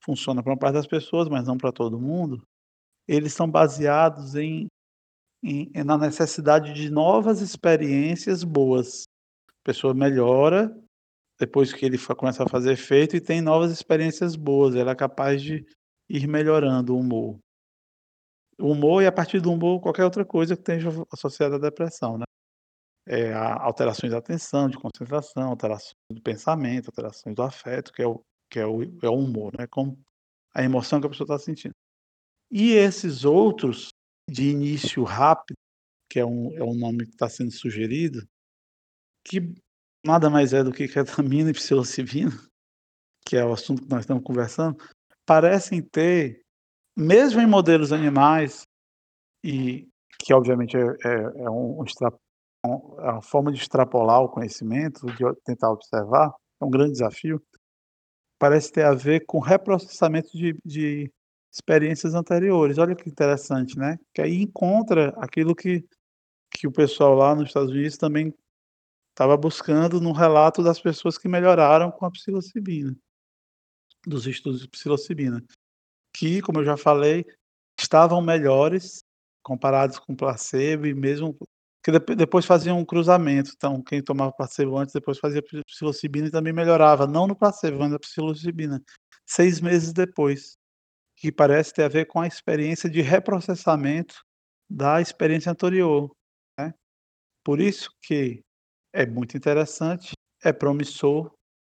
funciona para uma parte das pessoas, mas não para todo mundo, eles são baseados em em na necessidade de novas experiências boas. A pessoa melhora, depois que ele fa começa a fazer efeito e tem novas experiências boas, ela é capaz de ir melhorando o humor. O humor e a partir do humor qualquer outra coisa que esteja associada à depressão, né. Eh, a alterações da atenção, de concentração, alterações do pensamento, alterações do afeto, que é o que é o é o humor, né, como a emoção que a pessoa está sentindo. E esses outros, de início rápido, que é um é um nome que está sendo sugerido, que nada mais é do que ketamina e psilocibina, que é o assunto que nós estamos conversando, parecem ter, mesmo em modelos animais, e que obviamente é é é um extra um é uma forma de extrapolar o conhecimento, de o tentar observar, é um grande desafio, parece ter a ver com reprocessamento de de experiências anteriores. Olha que interessante, né, que aí encontra aquilo que que o pessoal lá nos Estados Unidos também estava buscando no relato das pessoas que melhoraram com a psilocibina, dos estudos de psilocibina, que, como eu já falei, estavam melhores comparados com placebo e mesmo que depo depois faziam um cruzamento, então quem tomava placebo antes, depois fazia pi psilocibina e também melhorava, não no placebo, mas na psilocibina, seis meses depois, que parece ter a ver com a experiência de reprocessamento da experiência anterior, né. Por isso que é muito interessante, é promissor,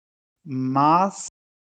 mas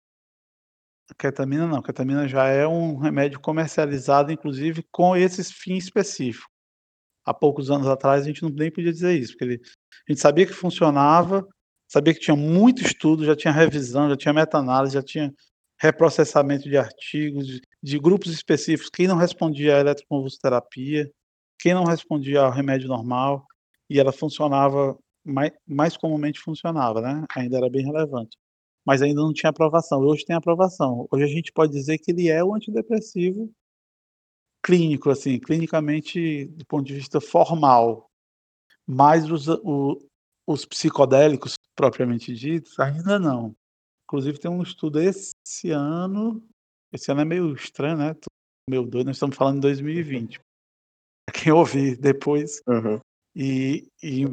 a ketamina não, a ketamina já é um remédio comercializado, inclusive com esses fins específicos. Há poucos anos atrás a gente não nem podia dizer isso, porque ele a gente sabia que funcionava, sabia que tinha muito estudo, já tinha revisão, já tinha meta-análise, já tinha reprocessamento de artigos, de de grupos específicos, quem não respondia à eletroconvulsoterapia, quem não respondia ao remédio normal, e ela funcionava mai mais comumente funcionava, né, ainda era bem relevante. Mas ainda não tinha aprovação, hoje tem aprovação. Hoje a gente pode dizer que ele é o antidepressivo clínico, assim, clinicamente do ponto de vista formal, mas os o os psicodélicos propriamente ditos, ainda não. Inclusive tem um estudo esse ano, esse ano é meio estranho, né, tô meio doido, nós estamos falando em dois mil e vinte. Pra quem ouvir depois, Aham. e e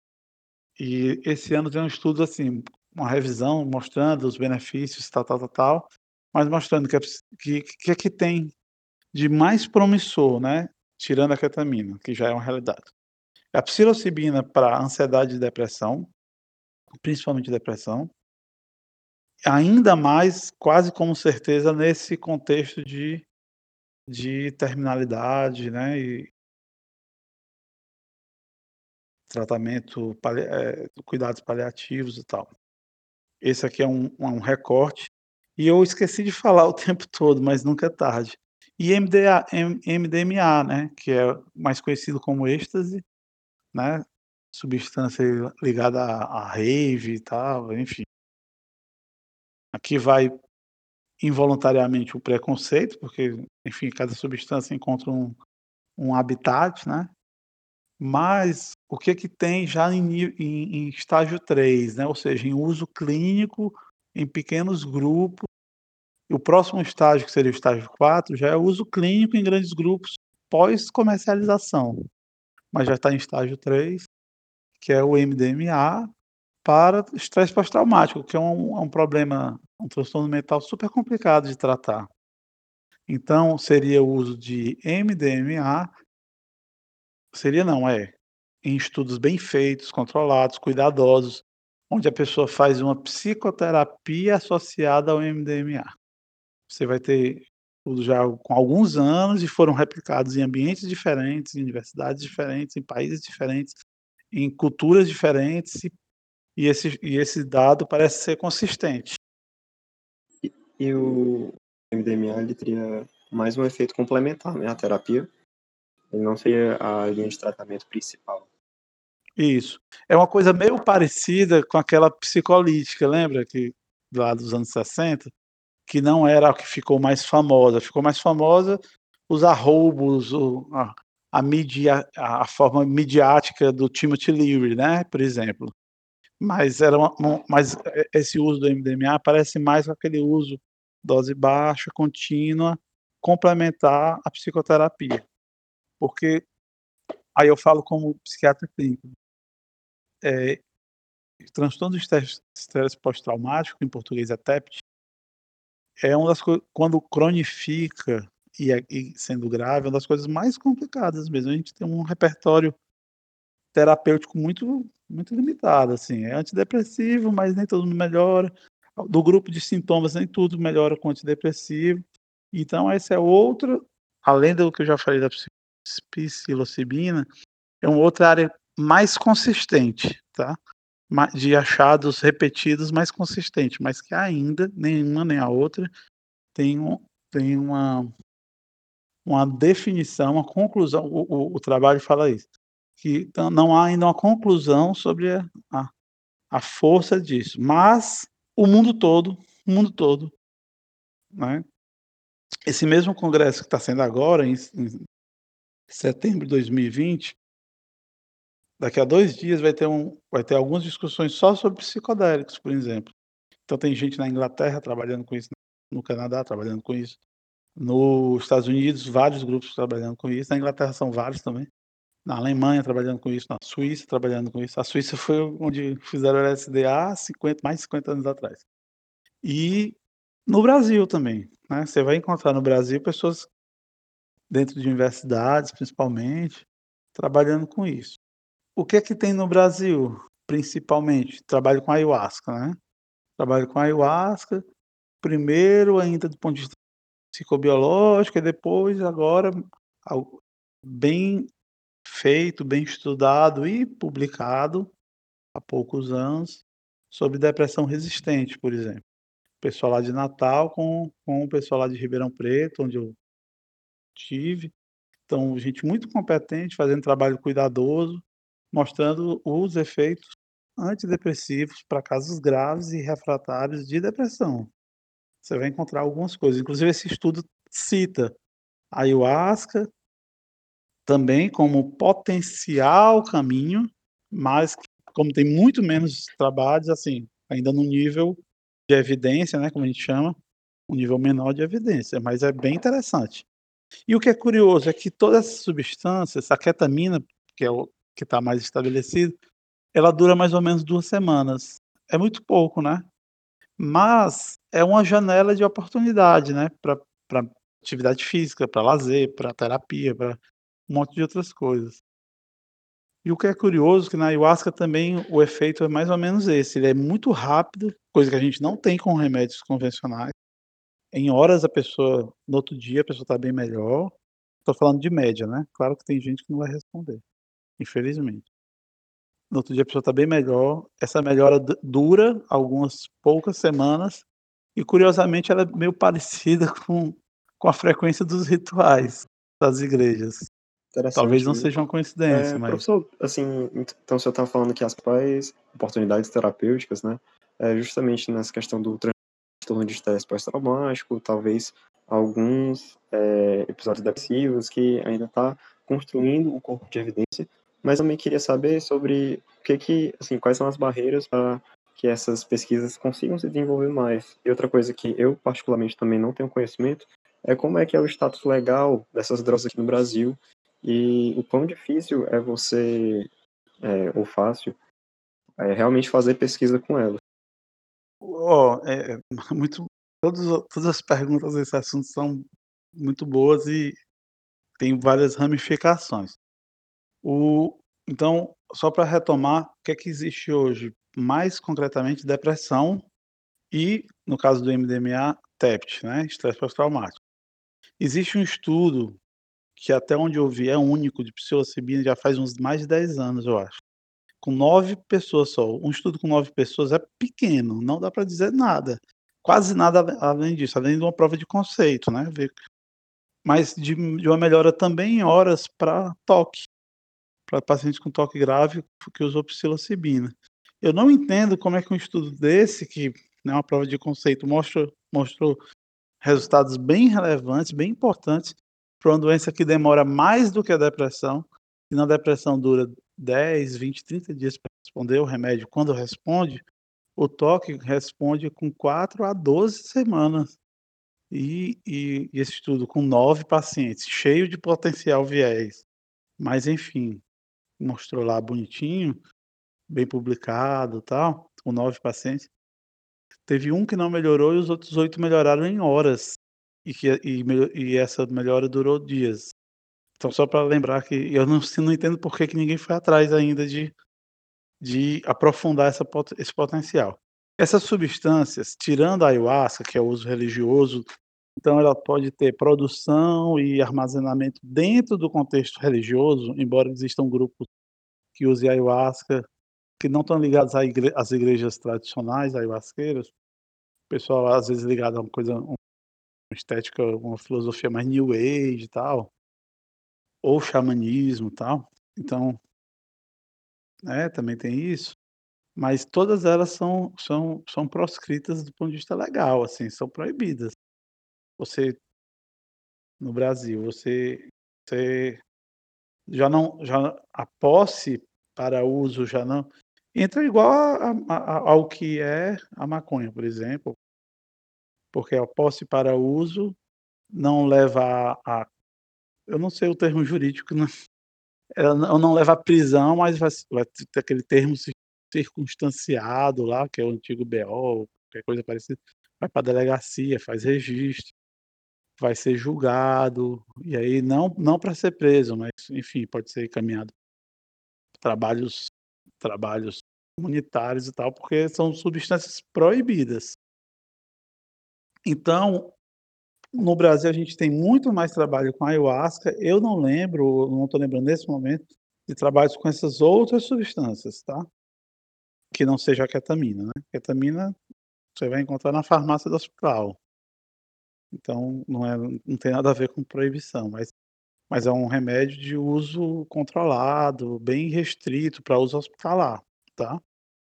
e esse ano tem um estudo, assim, uma revisão mostrando os benefícios, tal, tal, tal, tal, mas mostrando que a ps que que que tem de mais promissor, né, tirando a ketamina, que já é uma realidade. A psilocibina para ansiedade e depressão, principalmente depressão, ainda mais, quase como certeza, nesse contexto de de terminalidade, né, e tratamento pali eh, cuidados paliativos e tal. Esse aqui é um é um recorte, e eu esqueci de falar o tempo todo, mas nunca é tarde. E M D A M MDMA, né, que é mais conhecido como êxtase, né, substância ligada à à rave e tal, enfim. Aqui vai involuntariamente o preconceito, porque, enfim, cada substância encontra um um habitat, né, mas o que que tem já em ni em em estágio três, né, ou seja, em uso clínico em pequenos grupos, e o próximo estágio, que seria o estágio quatro, já é o uso clínico em grandes grupos pós comercialização, mas já está em estágio três, que é o M D M A para estresse pós-traumático, que é um é um problema, um transtorno mental super complicado de tratar. Então, seria o uso de M D M A, seria não, é, em estudos bem feitos, controlados, cuidadosos, onde a pessoa faz uma psicoterapia associada ao M D M A. Você vai ter tudo já com alguns anos e foram replicados em ambientes diferentes, em universidades diferentes, em países diferentes, em culturas diferentes, e e esse e esse dado parece ser consistente. E e o M D M A, ele teria mais um efeito complementar, né, à terapia, ele não seria a linha de tratamento principal. Isso. É uma coisa meio parecida com aquela psicolítica, lembra que lá dos anos sessenta, que não era a que ficou mais famosa, ficou mais famosa os arroubos, o a a mídia a a forma midiática do Timothy Leary, né, por exemplo. Mas era uma um mas e esse uso do M D M A parece mais com aquele uso dose baixa, contínua, complementar a psicoterapia. Porque aí eu falo como psiquiatra clínico. É, transtorno do estresse estresse pós-traumático, em português é T E P T, é uma das coisas quando cronifica e, é, e sendo grave, é uma das coisas mais complicadas mesmo. A gente tem um repertório terapêutico muito, muito limitado, assim. É antidepressivo, mas nem todo mundo melhora. Do grupo de sintomas, nem tudo melhora com antidepressivo. Então, essa é outra, além do que eu já falei da psilocibina, é uma outra área mais consistente, tá? De achados repetidos mais consistente, mas que ainda, nenhuma nem a outra, tem, um, tem uma, uma definição, uma conclusão, o, o, o trabalho fala isso, que não há ainda uma conclusão sobre a, a, a força disso, mas o mundo todo, o mundo todo, né? Esse mesmo congresso que está sendo agora, em, em setembro de dois mil e vinte, daqui a dois dias vai ter, um, vai ter algumas discussões só sobre psicodélicos, por exemplo. Então tem gente na Inglaterra trabalhando com isso, no Canadá trabalhando com isso, nos Estados Unidos vários grupos trabalhando com isso, na Inglaterra são vários também, na Alemanha trabalhando com isso, na Suíça trabalhando com isso. A Suíça foi onde fizeram o L S D há cinquenta, mais de cinquenta anos atrás. E no Brasil também, né? Você vai encontrar no Brasil pessoas dentro de universidades, principalmente, trabalhando com isso. O que é que tem no Brasil, principalmente? Trabalho com ayahuasca, né? Trabalho com ayahuasca, primeiro ainda do ponto de vista psicobiológico, e depois agora bem feito, bem estudado e publicado há poucos anos sobre depressão resistente, por exemplo. O pessoal lá de Natal com, com o pessoal lá de Ribeirão Preto, onde eu tive. Então, gente muito competente, fazendo trabalho cuidadoso, mostrando os efeitos antidepressivos para casos graves e refratários de depressão. Você vai encontrar algumas coisas. Inclusive, esse estudo cita a ayahuasca também como potencial caminho, mas como tem muito menos trabalhos, assim, ainda no nível de evidência, né, como a gente chama, um nível menor de evidência, mas é bem interessante. E o que é curioso é que todas essas substâncias, a ketamina, que é o que está mais estabelecido, ela dura mais ou menos duas semanas. É muito pouco, né? Mas é uma janela de oportunidade, né, para atividade física, para lazer, para terapia, para um monte de outras coisas. E o que é curioso é que na ayahuasca também o efeito é mais ou menos esse, ele é muito rápido, coisa que a gente não tem com remédios convencionais. Em horas a pessoa, no outro dia a pessoa está bem melhor. Estou falando de média, né? Claro que tem gente que não vai responder, infelizmente. No outro dia a pessoa está bem melhor, essa melhora dura algumas poucas semanas e curiosamente ela é meio parecida com, com a frequência dos rituais das igrejas. Talvez Interessante não isso. seja uma coincidência, É, mas professor, assim, então você está falando que as principais oportunidades terapêuticas, né, é justamente nessa questão do transtorno de estresse pós-traumático, talvez alguns é, episódios depressivos que ainda está construindo um corpo de evidência, mas eu também queria saber sobre o que que, assim, quais são as barreiras para que essas pesquisas consigam se desenvolver mais. E outra coisa que eu particularmente também não tenho conhecimento é como é que é o status legal dessas drogas aqui no Brasil e o quão difícil é você, é, ou fácil, é, realmente fazer pesquisa com elas. ó, é, muito, todos, todas as perguntas desse assunto são muito boas e tem várias ramificações. O, então, só para retomar, o que é que existe hoje? Mais concretamente, depressão e, no caso do M D M A, T E P T, né? Estresse pós-traumático. Existe um estudo que até onde eu vi é único de psilocibina já faz uns mais de dez anos, eu acho. Com nove pessoas só. Um estudo com nove pessoas é pequeno, não dá para dizer nada. Quase nada além disso, além de uma prova de conceito, né? Ver- Mas de, de uma melhora também em horas para toque, para pacientes com toque grave que usou psilocibina. Eu não entendo como é que um estudo desse, que é uma prova de conceito, mostra, mostrou resultados bem relevantes, bem importantes, para uma doença que demora mais do que a depressão, e na depressão dura dez, vinte, trinta dias para responder o remédio. Quando responde, o toque responde com quatro a doze semanas. E e esse estudo com nove pacientes, cheio de potencial viés, mas enfim, mostrou lá bonitinho, bem publicado, tal, com nove pacientes. Teve um que não melhorou e os outros oito melhoraram em horas, e que e melho e essa melhora durou dias. Então só para lembrar que eu não se não entendo por que que ninguém foi atrás ainda de de aprofundar essa pot esse potencial. Essas substâncias, tirando a ayahuasca, que é o uso religioso, então ela pode ter produção e armazenamento dentro do contexto religioso, embora existam grupos que usem ayahuasca, que não estão ligados à igre às igrejas tradicionais ayahuasqueiras, o pessoal às vezes ligado a uma coisa, uma estética, uma filosofia mais new age e tal, ou xamanismo e tal. Então, é, também tem isso, mas todas elas são são são proscritas do ponto de vista legal, assim, são proibidas. Você no Brasil, você você já não já a posse para uso já não entra igual a a a ao que é a maconha, por exemplo, porque a posse para uso não leva a a eu não sei o termo jurídico, né, ela não não leva à prisão, mas vai vai ter aquele termo cir circunstanciado lá, que é o antigo B O, qualquer coisa parecida, vai para a delegacia, faz registro, vai ser julgado, e aí não não para ser preso, mas enfim, pode ser encaminhado trabalhos trabalhos comunitários e tal, porque são substâncias proibidas. Então, no Brasil a gente tem muito mais trabalho com ayahuasca, eu não lembro, não estou lembrando nesse momento, de trabalhos com essas outras substâncias, tá, que não seja a ketamina, né. Ketamina você vai encontrar na farmácia do hospital, então não é não tem nada a ver com proibição, mas mas é um remédio de uso controlado, bem restrito para uso hospitalar, tá.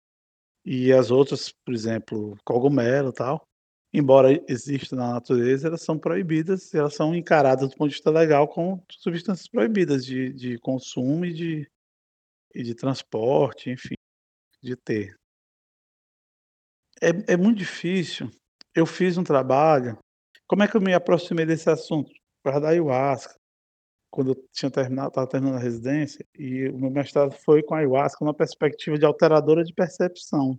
E as outras, por exemplo, cogumelo, tal, embora exista na natureza, elas são proibidas, elas são encaradas do ponto de vista legal como substâncias proibidas de de consumo e de e de transporte, enfim, de ter. É é muito difícil. Eu fiz um trabalho, como é que eu me aproximei desse assunto? Por causa da ayahuasca, quando eu tinha terminado estava terminando a residência, e o meu mestrado foi com ayahuasca numa perspectiva de alteradora de percepção.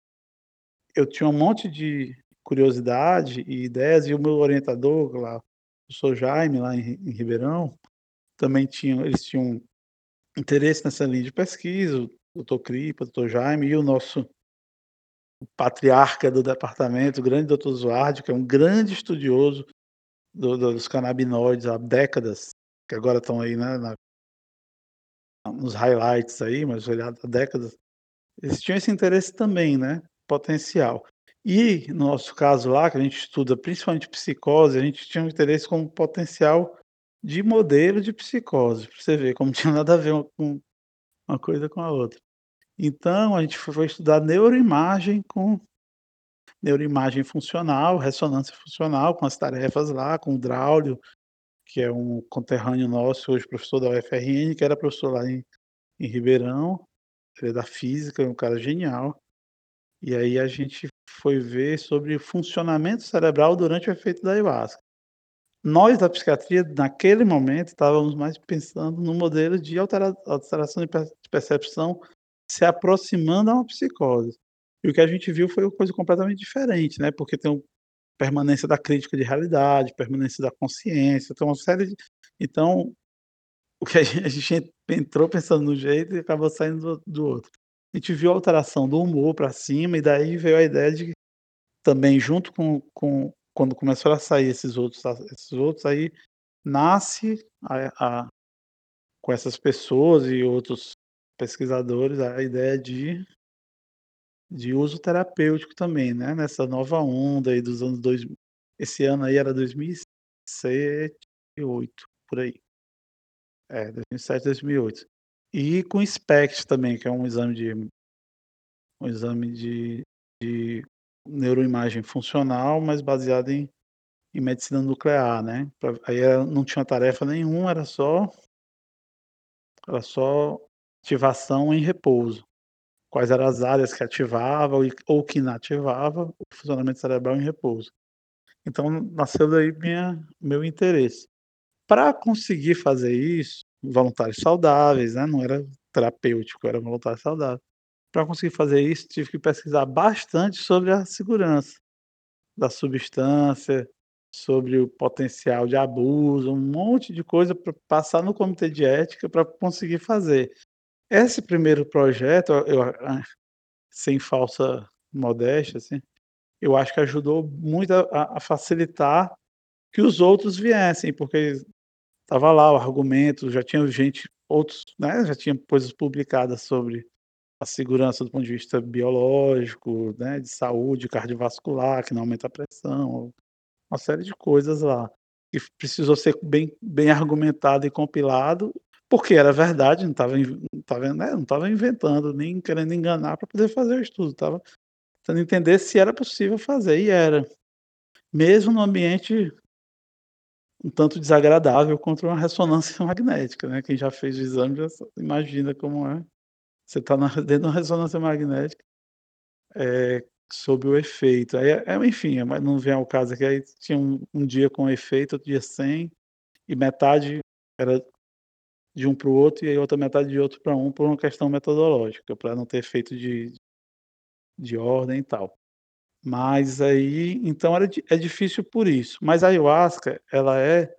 Eu tinha um monte de curiosidade e ideias, e o meu orientador lá, o professor Jaime, lá em Ri em Ribeirão, também tinham eles tinham interesse nessa linha de pesquisa, o doutor Cripa, o doutor Jaime e o nosso patriarca do departamento, o grande doutor Zuardi, que é um grande estudioso do do dos canabinoides há décadas, que agora estão aí, né, na nos highlights aí, mas ele há décadas. Eles tinham esse interesse também, né, potencial. E, no nosso caso lá, que a gente estuda principalmente psicose, a gente tinha um interesse com potencial de modelo de psicose, pra você ver como tinha nada a ver uma com uma coisa com a outra. Então a gente foi estudar neuroimagem com neuroimagem funcional, ressonância funcional, com as tarefas lá, com o Draulio, que é um conterrâneo nosso, hoje professor da U F R N, que era professor lá em em Ribeirão, ele é da física, é um cara genial. E aí a gente foi ver sobre o funcionamento cerebral durante o efeito da ayahuasca. Nós da psiquiatria, naquele momento, estávamos mais pensando no modelo de altera alteração de per de percepção se aproximando a uma psicose. E o que a gente viu foi uma coisa completamente diferente, né, porque tem um permanência da crítica de realidade, permanência da consciência, tem uma série de então, o que a gente a gente entrou pensando num jeito e acabou saindo do do outro. A gente viu a alteração do humor para cima e daí veio a ideia de também junto com com quando começaram a sair esses outros a esses outros, aí nasce a a com essas pessoas e outros pesquisadores, a ideia de de uso terapêutico também, né, nessa nova onda aí dos anos dois mil. Esse ano aí era dois mil e sete, oito, por aí. É, dois mil e sete, dois mil e oito. E com SPECT também, que é um exame de um exame de de neuroimagem funcional, mas baseado em em medicina nuclear, né, pra aí ela não tinha tarefa nenhuma, era só era só ativação em repouso. Quais eram as áreas que ativavam e ou que inativava o funcionamento cerebral em repouso. Então nasceu daí minha meu interesse. Para conseguir fazer isso, voluntários saudáveis, né, não era terapêutico, era voluntário saudável. Para conseguir fazer isso, tive que pesquisar bastante sobre a segurança da substância, sobre o potencial de abuso, um monte de coisa para passar no comitê de ética para conseguir fazer. Esse primeiro projeto, eu a sem falsa modéstia, assim, eu acho que ajudou muito a a a facilitar que os outros viessem, porque estava lá o argumento, já tinha gente outros, né, já tinha coisas publicadas sobre a segurança do ponto de vista biológico, né, de saúde cardiovascular, que não aumenta a pressão, uma série de coisas lá, que precisou ser bem bem argumentado e compilado, porque era verdade, não estava não estava, né, não estava inventando, nem querendo enganar para poder fazer o estudo, estava tentando entender se era possível fazer, e era. Mesmo no ambiente um tanto desagradável contra uma ressonância magnética, né, quem já fez o exame já sa imagina como é. Você está na dentro de uma ressonância magnética, eh, sob o efeito. Aí é é enfim, mas não vem ao caso aqui, aí tinha um um dia com efeito, outro dia sem, e metade era de um para o outro, e aí outra metade de outro para um, por uma questão metodológica, para não ter efeito de de ordem e tal. Mas aí então era di é difícil por isso, mas a ayahuasca, ela é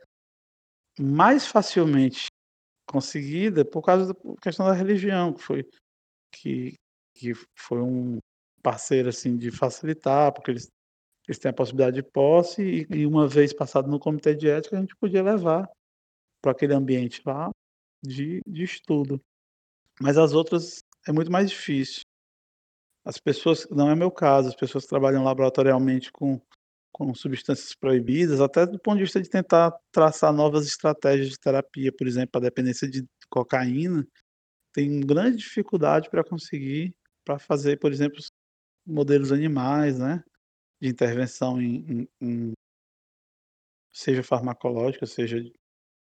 mais facilmente conseguida por causa da questão da religião, que foi que que foi um parceiro, assim, de facilitar, porque eles eles têm a possibilidade de posse e e uma vez passado no comitê de ética, a gente podia levar para aquele ambiente lá de de estudo. Mas as outras é muito mais difícil. As pessoas não é meu caso, as pessoas que trabalham laboratorialmente com com substâncias proibidas, até do ponto de vista de tentar traçar novas estratégias de terapia, por exemplo, a dependência de cocaína, tem grande dificuldade para conseguir, para fazer, por exemplo, modelos animais, né, de intervenção em em em seja farmacológica, seja de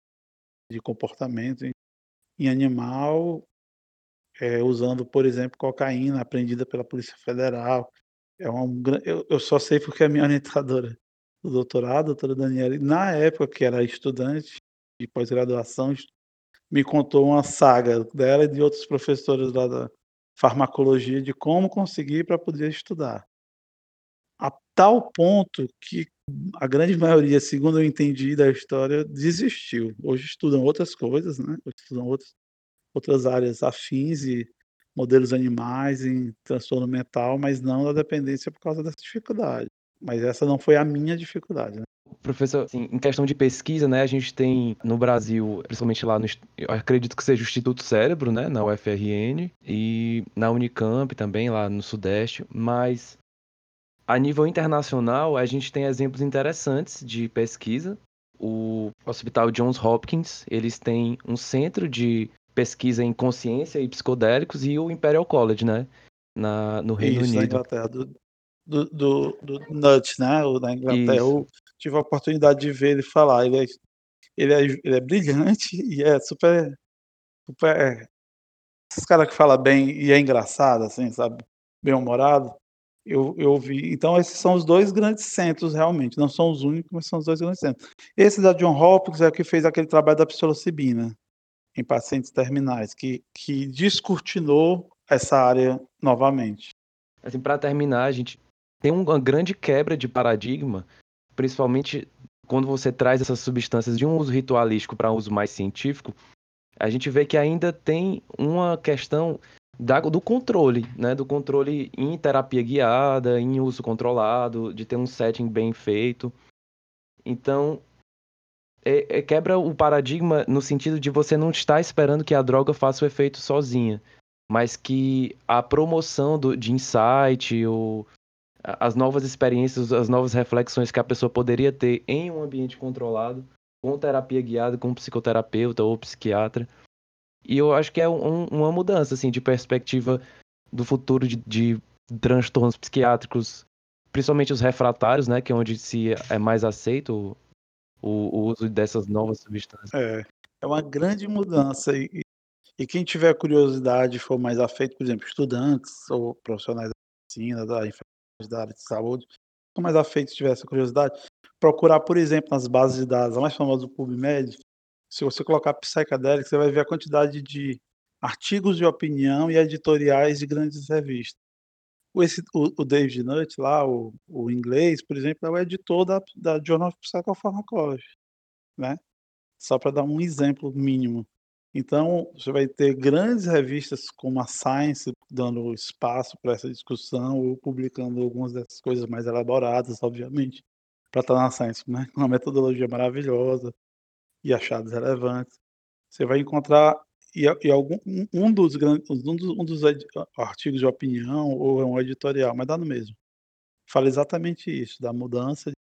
de comportamento em em animal, eh, usando, por exemplo, cocaína apreendida pela Polícia Federal. É um gran eu eu só sei porque a minha orientadora do doutorado, a doutora Daniele, na época que era estudante de pós-graduação, me contou uma saga dela e de outros professores lá da farmacologia de como conseguir para poder estudar. A tal ponto que a grande maioria, segundo eu entendi da história, desistiu. Hoje estudam outras coisas, né, hoje estudam outras outras áreas afins e modelos animais em transtorno mental, mas não da dependência por causa dessa dificuldade. Mas essa não foi a minha dificuldade, né. Professor, assim, em questão de pesquisa, né, a gente tem no Brasil, principalmente lá no, ins- eu acredito que seja o Instituto Cérebro, né, na U F R N, e na Unicamp também, lá no Sudeste, mas a nível internacional, a gente tem exemplos interessantes de pesquisa. O Hospital Johns Hopkins, eles têm um centro de pesquisa em consciência e psicodélicos, e o Imperial College, né, na, no Reino Isso, na Unido. Inglaterra, do do do do Nut, né, o da Inglaterra. Isso. Eu tive a oportunidade de ver ele falar, ele é ele é ele é brilhante e é super super esses cara que fala bem e é engraçado, assim, sabe, bem-humorado, eu eu vi. Então esses são os dois grandes centros realmente, não são os únicos, mas são os dois grandes centros. Esse da John Hopkins é o que fez aquele trabalho da psilocibina, em pacientes terminais, que que descortinou essa área novamente. Assim, para terminar, a gente tem uma grande quebra de paradigma, principalmente quando você traz essas substâncias de um uso ritualístico para um uso mais científico. A gente vê que ainda tem uma questão da- do controle, né? Do controle em terapia guiada, em uso controlado, de ter um setting bem feito. Então, é- é- quebra o paradigma no sentido de você não estar esperando que a droga faça o efeito sozinha, mas que a promoção do- de insight, ou a- as novas experiências, as novas reflexões que a pessoa poderia ter em um ambiente controlado, com terapia guiada, com um psicoterapeuta ou psiquiatra. E eu acho que é um- uma mudança, assim, de perspectiva do futuro de, de transtornos psiquiátricos, principalmente os refratários, né, que é onde se é mais aceito o, o uso dessas novas substâncias. É, é uma grande mudança e e e quem tiver curiosidade e for mais afeito, por exemplo, estudantes ou profissionais da medicina, da enfermagem, da área de saúde, são mais afeitos, tiver essa curiosidade, procurar, por exemplo, nas bases de dados, a mais famosa do PubMed, se você colocar Psychedelic, você vai ver a quantidade de artigos de opinião e editoriais de grandes revistas. O, esse, o, o David Nutt, lá, o, o inglês, por exemplo, é o editor da, da Journal of Psychopharmacology, né? Só para dar um exemplo mínimo. Então, você vai ter grandes revistas como a Science dando espaço para essa discussão ou publicando algumas dessas coisas mais elaboradas, obviamente, para estar na Science, né? Com uma metodologia maravilhosa e achados relevantes. Você vai encontrar e, e algum um, um dos grandes um dos, um dos ed, artigos de opinião ou é um editorial, mas dá no mesmo. Fala exatamente isso, da mudança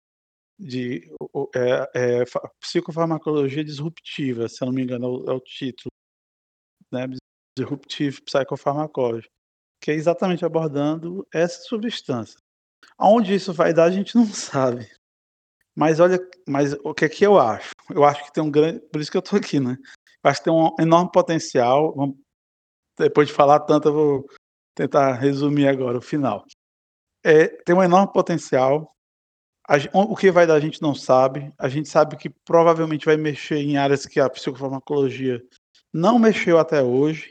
de o, é, é, psicofarmacologia disruptiva, se eu não me engano, é o, é o título, né? Disruptive Psychopharmacology, que é exatamente abordando essa substância. Aonde isso vai dar, a gente não sabe. Mas olha, mas o que é que eu acho? Eu acho que tem um grande, por isso que eu estou aqui, né? Eu acho que tem um enorme potencial. Vamos, depois de falar tanto, eu vou tentar resumir agora o final. É, tem um enorme potencial. A, o que vai dar a gente não sabe. A gente sabe que provavelmente vai mexer em áreas que a psicofarmacologia não mexeu até hoje.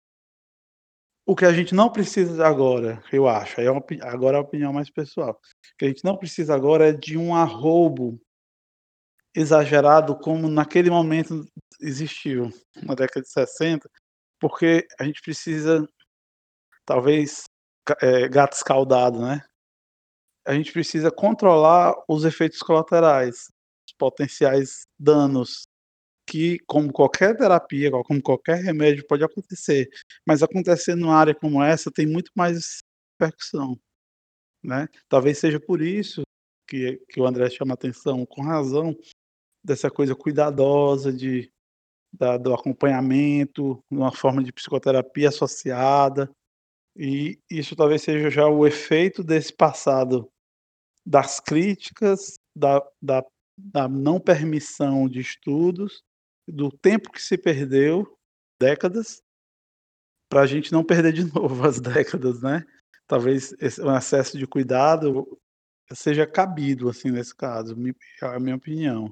O que a gente não precisa agora, eu acho, é uma, agora é a opinião mais pessoal. O que a gente não precisa agora é de um arroubo exagerado como naquele momento existiu, na década de sessenta, porque a gente precisa, talvez, é, gato escaldado, né? A gente precisa controlar os efeitos colaterais, os potenciais danos, que, como qualquer terapia, como qualquer remédio, pode acontecer. Mas acontecer numa área como essa tem muito mais repercussão, né? Talvez seja por isso que, que o André chama atenção, com razão, dessa coisa cuidadosa de, da, do acompanhamento, uma forma de psicoterapia associada. E isso talvez seja já o efeito desse passado das críticas, da, da, da não permissão de estudos, do tempo que se perdeu, décadas, para a gente não perder de novo as décadas, né? Talvez esse, um excesso de cuidado seja cabido, assim, nesse caso, é a minha opinião.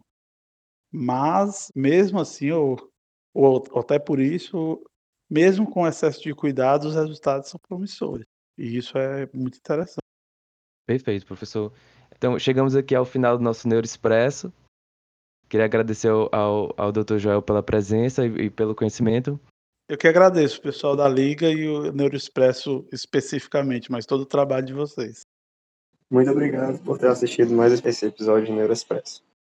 Mas, mesmo assim, ou, ou, ou até por isso, mesmo com excesso de cuidado, os resultados são promissores. E isso é muito interessante. Perfeito, professor. Então, chegamos aqui ao final do nosso Neuroexpresso. Queria agradecer ao, ao, ao doutor Joel pela presença e, e pelo conhecimento. Eu que agradeço o pessoal da Liga e o Neuroexpresso especificamente, mas todo o trabalho de vocês. Muito obrigado por ter assistido mais esse episódio de Neuroexpresso.